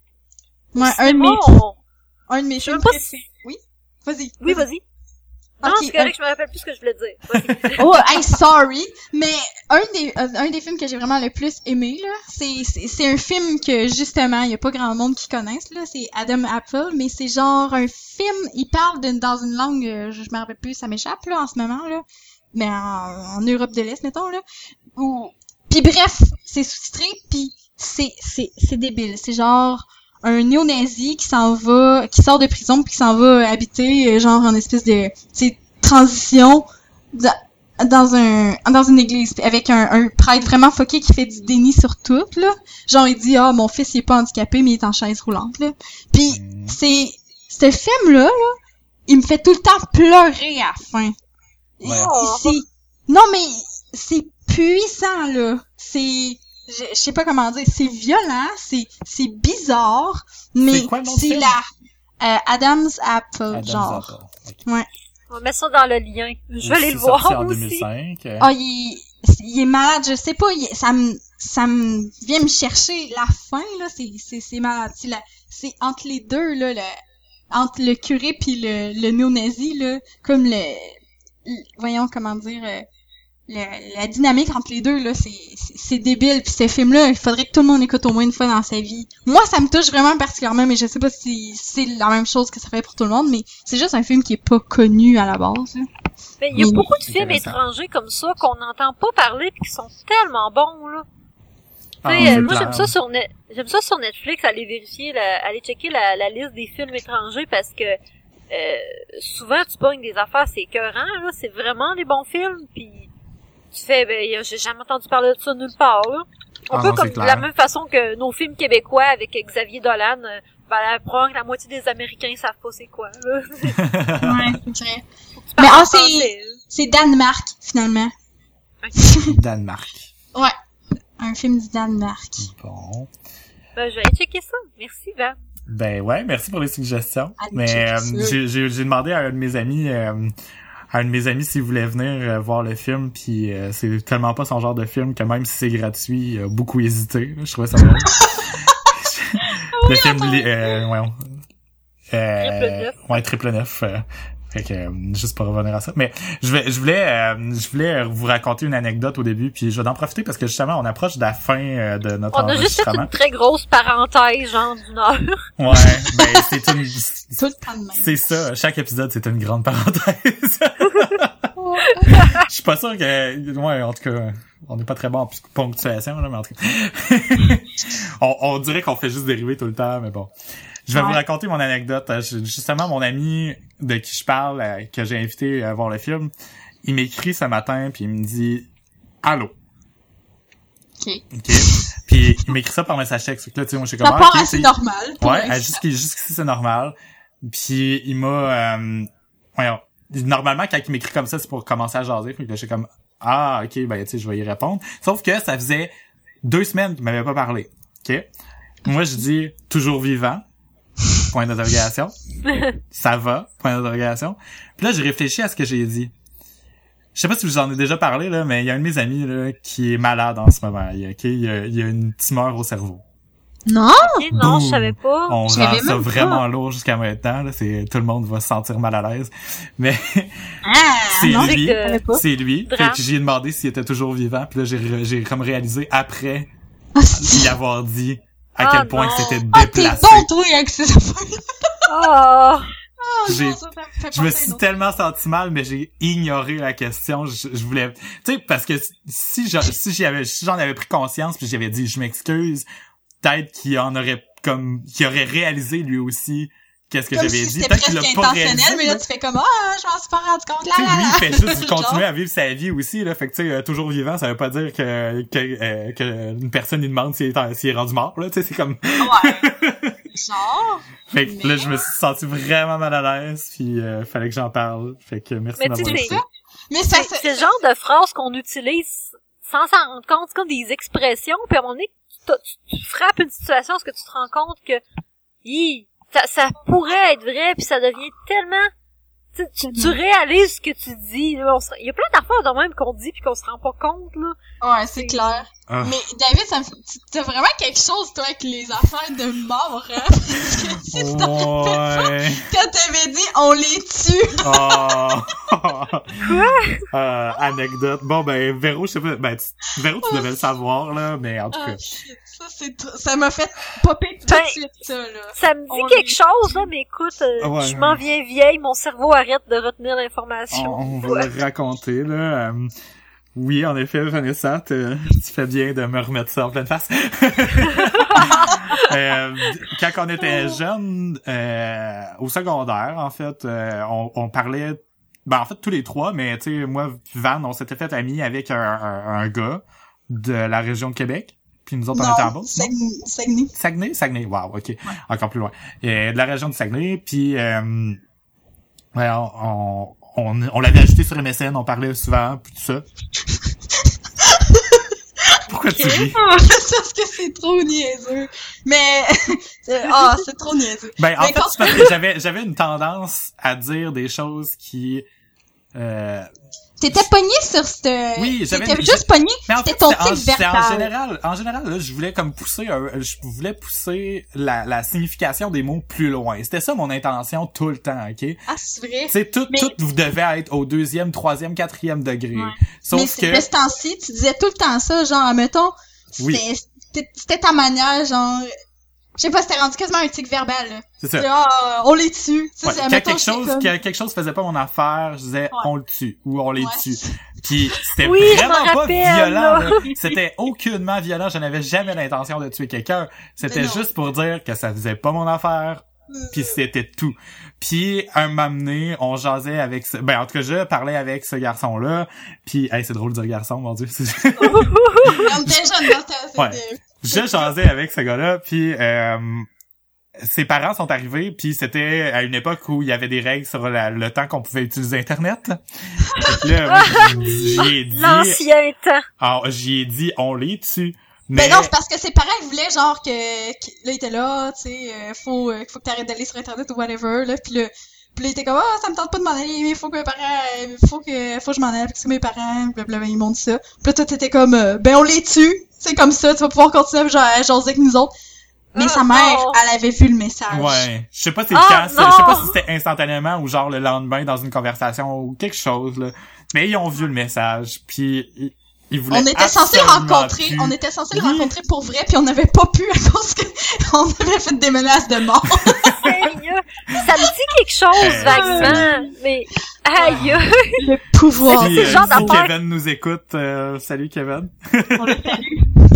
Ouais, Au un de mes, cinéma, on- un de mes Je sais films même pas préférés. Oui? Vas-y. Oui, vas-y. Non, Ok, c'est correct, je me rappelle plus ce que je voulais dire. Vas-y. Oh, hey, sorry, mais un des euh, un des films que j'ai vraiment le plus aimé là, c'est c'est c'est un film que justement, il y a pas grand monde qui connaisse là, c'est Adam Apple, mais c'est genre un film, il parle d'une dans une langue euh, je, je me rappelle plus, ça m'échappe là en ce moment là, mais en, en Europe de l'Est mettons là. Ou puis bref, c'est sous-titré puis c'est c'est c'est débile, c'est genre un néo-nazi qui s'en va, qui sort de prison puis qui s'en va habiter euh, genre en espèce de, tu sais, transition dans, dans un dans une église avec un, un prêtre vraiment fucké qui fait du déni sur tout là. Genre il dit ah mon fils il est pas handicapé mais il est en chaise roulante là. Puis Mm. c'est ce film là, là, il me fait tout le temps pleurer à la fin. Ouais. C'est non mais c'est puissant là. C'est je, je sais pas comment dire, c'est violent, c'est c'est bizarre, mais C'est quoi le nom du c'est film? la euh, Adam's Apple Adam genre. Zappa. Ok. Ouais. On va mettre ça dans le lien. Je vais aller Aussi le voir sorti en aussi. deux mille cinq. euh, Ah, il est, il est malade, je sais pas, il est- ça me, ça me vient me chercher la fin, là, c'est, c'est, c'est malade. C'est, la, c'est entre les deux, là, le, entre le curé pis le, le néo-nazi, là, comme le, le- voyons comment dire, euh, le- la dynamique entre les deux, là, c'est, c'est, c'est débile. Puis ce film-là, il faudrait que tout le monde écoute au moins une fois dans sa vie. Moi, ça me touche vraiment particulièrement, mais je sais pas si c'est la même chose que ça fait pour tout le monde, mais c'est juste un film qui est pas connu à la base, là. Mais il y a Oui. beaucoup de films Intéressant. étrangers comme ça qu'on n'entend pas parler pis qui sont tellement bons, là. Ah, Tu sais, c'est euh, moi, clair. j'aime ça sur net, j'aime ça sur Netflix, aller vérifier, la, aller checker la, la liste des films étrangers parce que euh, souvent tu pognes des affaires, c'est écœurant, là, c'est vraiment des bons films, puis tu fais, ben, y a- j'ai jamais entendu parler de ça nulle part, là. Un Ah peu non, c'est comme de clair. la même façon que nos films québécois avec Xavier Dolan, euh, ben, la, probablement que la moitié des Américains savent pas c'est quoi, là. Ouais, c'est vrai. Tu Mais parles ah, en c'est- français, là. C'est Danemark, finalement. Danemark. Ouais. Un film du Danemark. Bon. Ben, je vais aller checker ça. Merci, Van. Ben ouais, merci pour les suggestions. Allez, Mais checker euh, ça. j'ai, j'ai, j'ai demandé à un de mes amis, euh, à un de mes amis s'il voulait venir euh, voir le film, puis euh, c'est tellement pas son genre de film que même si c'est gratuit, il a beaucoup hésité. Là, je trouvais ça drôle. Le film, li- euh, ouais, on- euh, Triple neuf. ouais, triple neuf. Euh, fait que, euh, juste pour revenir à ça. Mais je vais, je voulais, euh, je voulais vous raconter une anecdote au début, puis je vais en profiter parce que justement, on approche de la fin euh, de notre On a juste fait enregistrement. une très grosse parenthèse, genre d'une heure. Ouais, ben c'est une, Tout le temps de même. c'est ça. Chaque épisode, c'est une grande parenthèse. Je suis pas sûr que, ouais, en tout cas, on n'est pas très bon en ponctuation, là, mais en tout cas. on, on dirait qu'on fait juste dériver tout le temps, mais bon. Je vais Ouais. vous raconter mon anecdote. Je- Justement, mon ami de qui je parle, euh, que j'ai invité à voir le film, il m'écrit ce matin, puis il me dit « Allô? » Ok. OK? Puis il m'écrit ça par message texte. Fait que là, tu sais, moi, je suis comme Ça ah, part ok, assez c'est- normal. pour Ouais, l'instant. euh, jusqu'ici, jusqu'ici, c'est normal. Puis il m'a... Euh, voyons, normalement, quand il m'écrit comme ça, c'est pour commencer à jaser. Fait que là, je suis comme « Ah, OK, ben tu sais, je vais y répondre. » Sauf que ça faisait deux semaines qu'il m'avait pas parlé. OK? Moi, je dis « Toujours vivant. » Point d'interrogation. Ça va. Point d'interrogation. Puis là, j'ai réfléchi à ce que j'ai dit. Je sais pas si vous en ai déjà parlé, là, mais il y a un de mes amis là, qui est malade en ce moment. Il, okay? il, a, il a une tumeur au cerveau. Non? Ok, non, je Boum. savais pas. On Je rend savais ça même pas. vraiment lourd jusqu'à maintenant, là. C'est, tout le monde va se sentir mal à l'aise. Mais, Ah, c'est non, lui. je savais pas. c'est lui. Fait Drame. que j'ai demandé s'il était toujours vivant, puis là, j'ai, j'ai comme réalisé après Ah, c'est- y avoir dit à Ah, quel point non. c'était Ah, t'es déplacé. bon, toi, avec ces affaires. Oh! Ah, J'ai- non, ça, ça me fait Je me penser à suis une autre. tellement senti mal, mais j'ai ignoré la question. Je, je voulais, tu sais, parce que si j'en, si j'y avais, si j'en avais pris conscience, puis j'avais dit je m'excuse, peut-être qu'il en aurait comme, qu'il aurait réalisé lui aussi qu'est-ce que Comme j'avais si dit. c'était Peut-être qu'il l'a presque pas intentionnel, réalisé. mais là, là. tu fais comme, ah, je m'en suis pas rendu compte, là, Tu sais, là, lui, il là. fait juste Genre. continuer à vivre sa vie aussi, là. Fait que, tu sais, euh, toujours vivant, ça veut pas dire que, que, euh, que une personne lui demande s'il est, en- s'il est rendu mort, là. Tu sais, c'est comme... Ouais. Genre. Fait que là, je me suis senti vraiment mal à l'aise, puis euh, fallait que j'en parle. Fait que merci Mais d'avoir tu sais, écouté. Mais ça, C'est c'est le genre de phrase qu'on utilise sans s'en rendre compte, c'est comme des expressions, puis à un moment donné, tu, t'as- tu, tu frappes une situation parce que tu te rends compte que hi, ça, ça pourrait être vrai, puis ça devient tellement... Tu, tu, tu réalises ce que tu dis. Là, on se- il y a plein d'affaires de même qu'on dit puis qu'on se rend pas compte. Là. Ouais, c'est clair. Ah. Mais David, ça me... tu- t'as vraiment quelque chose, toi, avec les affaires de mort, hein? Parce que, tu sais, tu t'en rappelles pas Ouais. quand t'avais dit, on les tue. Oh. Quoi? Euh, anecdote. Bon, ben, Véro, je sais pas, ben, tu, Véro, tu devais le savoir, là, mais en tout Ah, cas. shit. Ça, c'est tr- ça m'a fait popper tout Ben, de suite, ça, là. Ça me dit On quelque les- chose, là, mais écoute, euh, Ouais. je m'en viens vieille, mon cerveau arrête de retenir l'information. On, on va Ouais. le raconter, là. Euh, oui, en effet, Vanessa, te- tu fais bien de me remettre ça en pleine face. euh, quand on était jeunes, euh, au secondaire, en fait, euh, on, on parlait... Ben, en fait, tous les trois, mais, tu sais, moi, Van, on s'était fait amis avec un, un, un gars de la région de Québec. Puis nous autres, on était en Non, Beauce, non? Saguenay. Saguenay. Saguenay? Saguenay, wow, ok. Encore plus loin. Et de la région de Saguenay, puis euh, ouais, on, on, on, on l'avait ajouté sur M S N, on parlait souvent, puis tout ça. Pourquoi tu ris? Ah, c'est parce que c'est trop niaiseux. Mais, c'est- ah, c'est trop niaiseux. Ben, en Mais fait, quand- c'est parce que j'avais, j'avais une tendance à dire des choses qui... Euh, T'étais pogné sur cette... Oui, j'avais T'étais une- juste pogné. mais en C'était fait, ton c'était en, tic c'était en verbal. général, en général, là, je voulais comme pousser, un- je voulais pousser la, la signification des mots plus loin. C'était ça mon intention tout le temps, ok? Ah, c'est vrai. Tu sais, tout, Mais- tout vous devez être au deuxième, troisième, quatrième degré. Ouais. Sauf Mais que... c'est- de ce temps-ci, tu disais tout le temps ça, genre, mettons, Oui. c'était, c'était, c'était ta manière, genre, je sais pas, c'était rendu quasiment un tic verbal, là. C'est C'est, ça. ah, on les tue. Tu sais, Ouais, c'est- quand mettons, quelque j'étais chose, comme- quand quelque chose faisait pas mon affaire, je disais, Ouais. on le tue, ou on les Ouais. tue. Puis c'était Oui, je vraiment m'en pas rappelle, violent, là. là. C'était aucunement violent, je n'avais jamais l'intention de tuer quelqu'un. C'était Mais non. juste pour dire que ça faisait pas mon affaire, puis c'était tout. Puis un moment donné, on jasait avec ce... ben en tout cas je parlais avec ce garçon là, puis hey, c'est drôle de dire garçon, mon dieu. On était jeunes dans ta- c'était- Ouais. Je jasais avec ce gars-là, puis euh, ses parents sont arrivés, puis c'était à une époque où il y avait des règles sur la- le temps qu'on pouvait utiliser Internet. Fait que là, moi, j'y ai dit, L'ancien temps. ah, j'y ai dit, on les tue. Mais Ben non, c'est parce que ses parents, ils voulaient, genre, que, que là, ils étaient là, tu sais, euh, faut, euh, faut que t'arrêtes d'aller sur Internet ou whatever, là, pis là, pis là, il était comme, ah, ça me tente pas de m'en aller, mais faut que mes parents, euh, faut que, faut que je m'en aille, parce que mes parents, blablabla, ils m'ont dit ça. Pis là, toi, t'étais comme, euh, ben, on les tue, c'est comme ça, tu vas pouvoir continuer, genre, à jaser avec nous autres. Mais Ah, sa mère, non. elle avait vu le message. ouais, je sais pas c'est Ah, quand, c'est- non! je sais pas si c'était instantanément ou genre le lendemain dans une conversation ou quelque chose là. Mais ils ont vu le message, puis ils, ils voulaient On était censé le absolument rencontrer, plus. on était censé le Oui. rencontrer pour vrai, puis on n'avait pas pu à cause que on avait fait des menaces de mort. Sérieux. Ça me dit quelque chose, Euh, vaguement. Mais, aïe. Le pouvoir. Si, c'est le euh, genre si d'affaire- Kevin nous écoute, euh, salut Kevin. On le salue.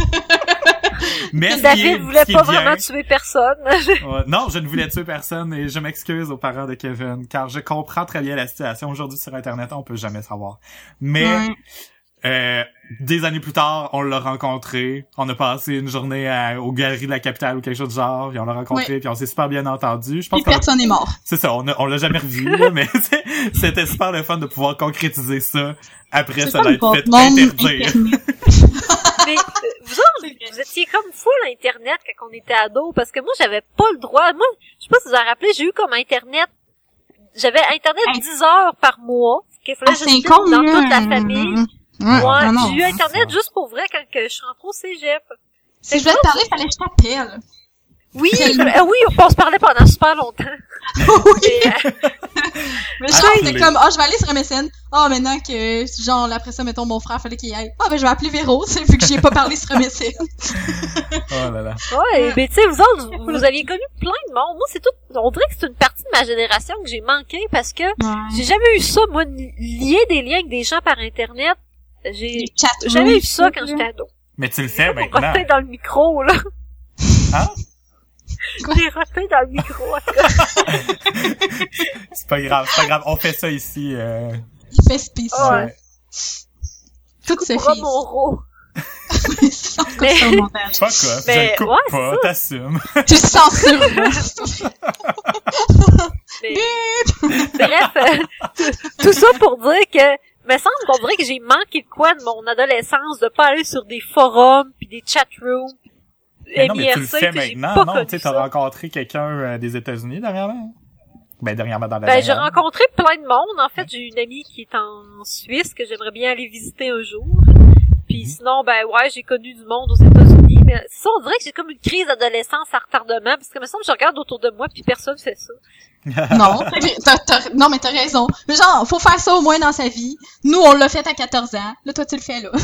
Mais ce qui est- David voulait ce qui est pas bien- vraiment tuer personne. Ouais, non, je ne voulais tuer personne et je m'excuse aux parents de Kevin car je comprends très bien la situation. Aujourd'hui sur Internet, on peut jamais savoir. Mais Ouais. euh, des années plus tard, on l'a rencontré. On a passé une journée à, aux galeries de la capitale ou quelque chose du genre. Puis on l'a rencontré, puis on s'est super bien entendu. Je pense Puis qu'on a- personne n'est mort. c'est ça, on, a, on l'a jamais revu, là, mais c'est- c'était super le fun de pouvoir concrétiser ça après C'est ça pas l'être le fait monde interdire. Internet. Mais, euh, vous autres, vous étiez comme full Internet quand on était ado, parce que moi, j'avais pas le droit. Moi, je sais pas si vous vous en rappelez, j'ai eu comme Internet, j'avais Internet Hey. dix heures par mois, qu'il fallait Ah, juste c'est suivre con, dans là. toute la famille. Ouais, Ouais, non, non. j'ai eu Internet juste pour vrai quand que je suis rentrée au cégep. Si je voulais te parler, il fallait que je t'appelle. Oui, euh, oui, on se parlait pendant super longtemps. Oui. Mais, euh, Mais je c'était comme, ah, oh, je vais aller sur M S N. Ah, oh, maintenant que, genre, après ça, mettons, mon frère, fallait qu'il y aille. Ah, oh, ben, je vais appeler Véro, c'est vu que j'y ai pas parlé sur M S N. Oh là là. Ouais, mais tu sais, vous autres, vous, vous aviez connu plein de monde. Moi, c'est tout, on dirait que c'est une partie de ma génération que j'ai manqué parce que ouais. j'ai jamais eu ça, moi, lier des liens avec des gens par Internet. J'ai jamais eu ça quand j'étais ado. Mais tu le fais maintenant. maintenant. J'ai roté dans le micro, là. Hein? J'ai roté dans le micro, en tout cas. C'est pas grave, c'est pas grave. On fait ça ici. Euh... Il fait spécial. Ouais. Tout se fait. mon ro. Mais... Fuck off, mais... je le coupe ouais, pas, t'assumes. Tu censures. Mais... Bref, euh, tout ça pour dire que me semble qu'on dirait que j'ai manqué de quoi de mon adolescence, de pas aller sur des forums pis des chatrooms. Mais non, mais tu le fais maintenant, non? Tu sais, t'as rencontré quelqu'un euh, des États-Unis dernièrement? Ben, dernièrement dans la Ben, j'ai rencontré plein de monde. En fait, j'ai une amie qui est en Suisse que j'aimerais bien aller visiter un jour. Puis mm-hmm. sinon, ben ouais, j'ai connu du monde aux États-Unis. Mais ça, on dirait que j'ai comme une crise d'adolescence à retardement. Parce que me semble que je regarde autour de moi puis personne fait ça. Non, t'as, t'as, non, mais t'as raison. Mais genre, faut faire ça au moins dans sa vie. Nous, on l'a fait à quatorze ans. Là, toi, tu le fais, là.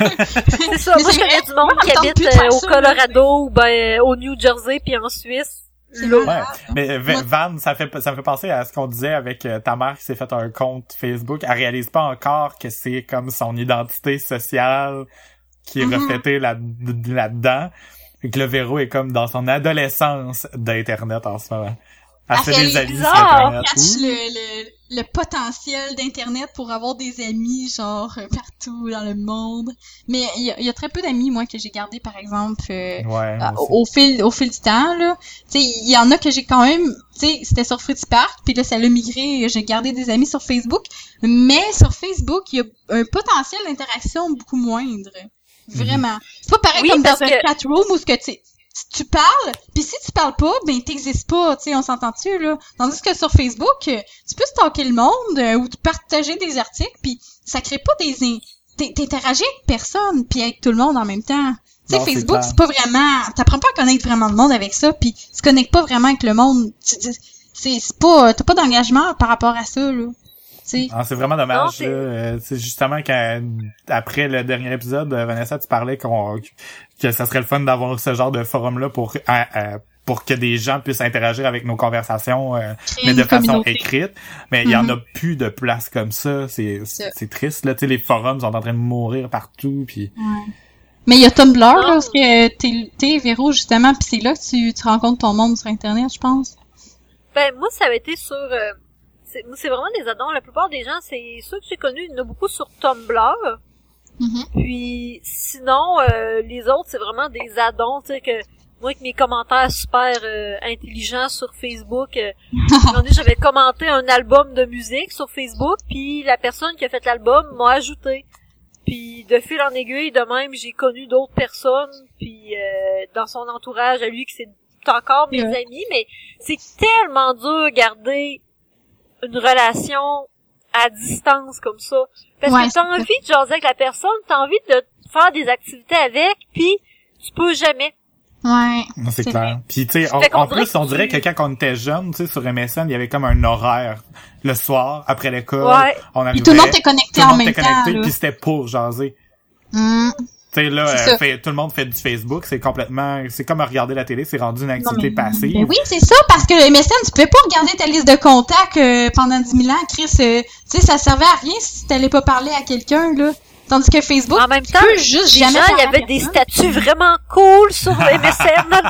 C'est ça. Moi, je connais du monde qui habite euh, au ça, Colorado ou ben euh, au New Jersey puis en Suisse. Là. Ouais. Mais Van, ça fait ça me fait penser à ce qu'on disait avec euh, ta mère qui s'est fait un compte Facebook. Elle réalise pas encore que c'est comme son identité sociale qui est mm-hmm. reflétée là, là-dedans. Et que le Véro est comme dans son adolescence d'Internet en ce moment. Elle fait des amis sur Internet. Cache le, le, le potentiel d'Internet pour avoir des amis, genre, partout dans le monde. Mais il y a, y a très peu d'amis, moi, que j'ai gardés, par exemple, euh, ouais, euh, au, au fil au fil du temps, là. Tu sais, il y en a que j'ai quand même, tu sais, c'était sur Fruity Park, puis là, ça l'a migré, j'ai gardé des amis sur Facebook. Mais sur Facebook, il y a un potentiel d'interaction beaucoup moindre. Vraiment. C'est pas pareil oui, comme dans un que... chat room où ce que tu tu parles, puis si tu parles pas, ben t'existes pas, tu sais, on s'entend-tu, là? Tandis que sur Facebook, tu peux stalker le monde euh, ou partager des articles, puis ça crée pas des... In... T'interagis avec personne, puis avec tout le monde en même temps. Tu sais, Facebook, c'est, c'est pas vraiment... T'apprends pas à connaître vraiment le monde avec ça, puis tu connectes pas vraiment avec le monde. C'est, c'est pas... T'as pas d'engagement par rapport à ça, là. Ah, c'est vraiment dommage. Non, c'est... Là. C'est justement quand après le dernier épisode, Vanessa, tu parlais qu'on que ça serait le fun d'avoir ce genre de forum-là pour à, à, pour que des gens puissent interagir avec nos conversations, euh, mais de façon communauté. Écrite. Mais il mm-hmm. y en a plus de place comme ça. C'est c'est, c'est triste là. Tu sais, les forums sont en train de mourir partout. Puis. Ouais. Mais il y a Tumblr là, parce que t'es t'es Véro justement, puis c'est là que tu tu rencontres ton monde sur Internet, je pense. Ben moi, ça avait été sur euh... C'est, c'est vraiment des addons. La plupart des gens, c'est ceux que j'ai connus, il y en a beaucoup sur Tumblr. Mm-hmm. Puis sinon, euh, les autres, c'est vraiment des addons, tu sais, que moi, avec mes commentaires super euh, intelligents sur Facebook, euh, j'avais commenté un album de musique sur Facebook, puis la personne qui a fait l'album m'a ajouté. Puis de fil en aiguille, de même, j'ai connu d'autres personnes, puis euh, dans son entourage, à lui, que c'est encore mes yeah. amis, mais c'est tellement dur de garder une relation à distance comme ça. Parce ouais, que t'as envie de jaser avec la personne, t'as envie de faire des activités avec, puis tu peux jamais. Ouais. Non, c'est, c'est clair. Puis tu sais, en plus, on dirait que quand on était jeune, tu sais, sur M S N, il y avait comme un horaire. Le soir, après l'école, ouais. on arrivait. Puis tout le monde était connecté en même temps. Tout le monde était connecté, puis c'était pour jaser. Mm. Tu sais, là, euh, fait, tout le monde fait du Facebook, c'est complètement, c'est comme regarder la télé, c'est rendu une activité non, mais, passive. Mais oui, c'est ça, parce que M S N, tu pouvais pas regarder ta liste de contacts euh, pendant dix mille ans, Chris. Euh, tu sais, ça servait à rien si t'allais pas parler à quelqu'un, là. Tandis que Facebook, en même temps, tu peux juste jamais gens, il y avait des statuts vraiment cool sur M S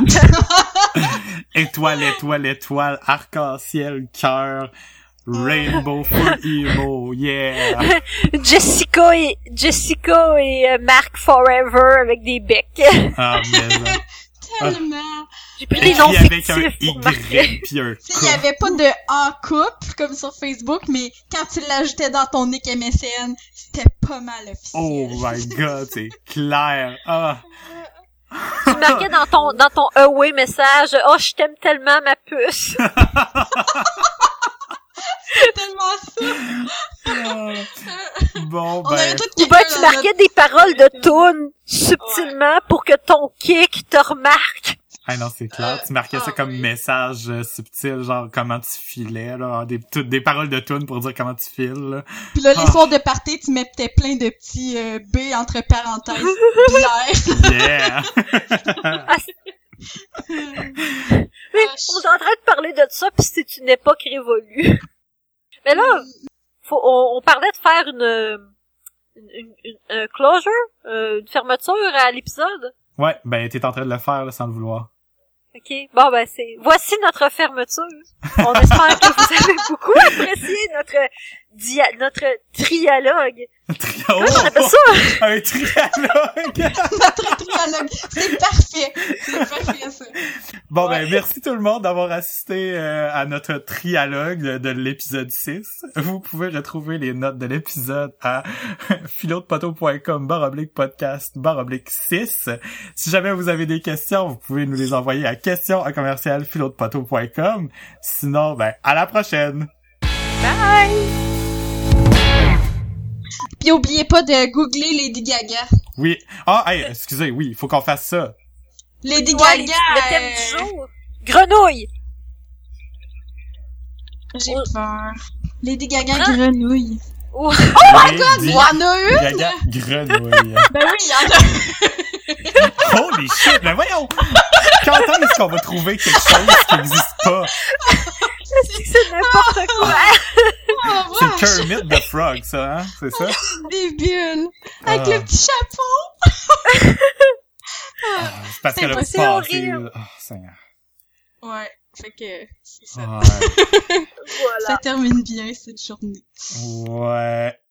N. Étoile, étoile, étoile, arc-en-ciel, cœur. Rainbow for Emo, yeah! Jessica et, Jessica et euh, Mark Forever avec des becs. Ah, mais là. Tellement! J'ai pris des noms fictifs avec un Y pis un K. Il y avait pas de en couple, comme sur Facebook, mais quand tu l'ajoutais dans ton nick M S N, c'était pas mal officiel. Oh my god, c'est clair! Ah! Tu marquais dans ton, dans ton away message, oh, je t'aime tellement, ma puce! C'est tellement ça. Bon, on ben. ou ben, tu marquais des paroles de tune subtilement pour que ton kick te remarque. Ah non, c'est clair. Euh, tu marquais ça ah, comme oui. message euh, subtil, genre comment tu filais, là. Des, tout, des paroles de tune pour dire comment tu files, là. Puis là, les Ah. soirs de party, tu mettais plein de petits euh, B entre parenthèses. Bière. Yeah! Ah, Mais on est en train de parler de ça, puis c'est une époque révolue. Mais là, faut, on, on parlait de faire une, une, une, une un closure, euh, une fermeture à l'épisode. Ouais, ben t'es en train de le faire, là, sans le vouloir. Ok, bon ben c'est voici notre fermeture. On espère que vous avez beaucoup apprécié notre dia notre trialogue. Tri- Comment on appelle ça? Un trialogue! Notre trialogue. C'est parfait. C'est parfait, ça. Bon, Ouais. ben, merci tout le monde d'avoir assisté euh, à notre trialogue de, de l'épisode six. Vous pouvez retrouver les notes de l'épisode à philotpoteau.com barre oblique podcast barre oblique six. Si jamais vous avez des questions, vous pouvez nous les envoyer à questions à commercial philotpoteau point com. Sinon, ben, à la prochaine! Bye! Puis oubliez pas de googler Lady Gaga. Oui. Ah, hey, excusez, oui, il faut qu'on fasse ça. Lady Ouais, Gaga. le thème euh, du jour. Grenouille! J'ai Oh. peur. Lady Gaga Hein? grenouille. Oh, Lady Il y en a une! Gaga grenouille. Ben oui, il y en a. Holy shit, mais voyons! Quand est-ce qu'on va trouver quelque chose qui n'existe pas? c'est que c'est n'importe quoi! Oh, C'est vache. Kermit the Frog, ça, hein? C'est ça? Débile. Avec Ah. le petit chapeau. Ah, c'est parce C'est qu'elle a impossible. passé... horrible. Oh, Seigneur. Ouais. Fait que, c'est ça. Ouais. Voilà. Ça termine bien cette journée. Ouais.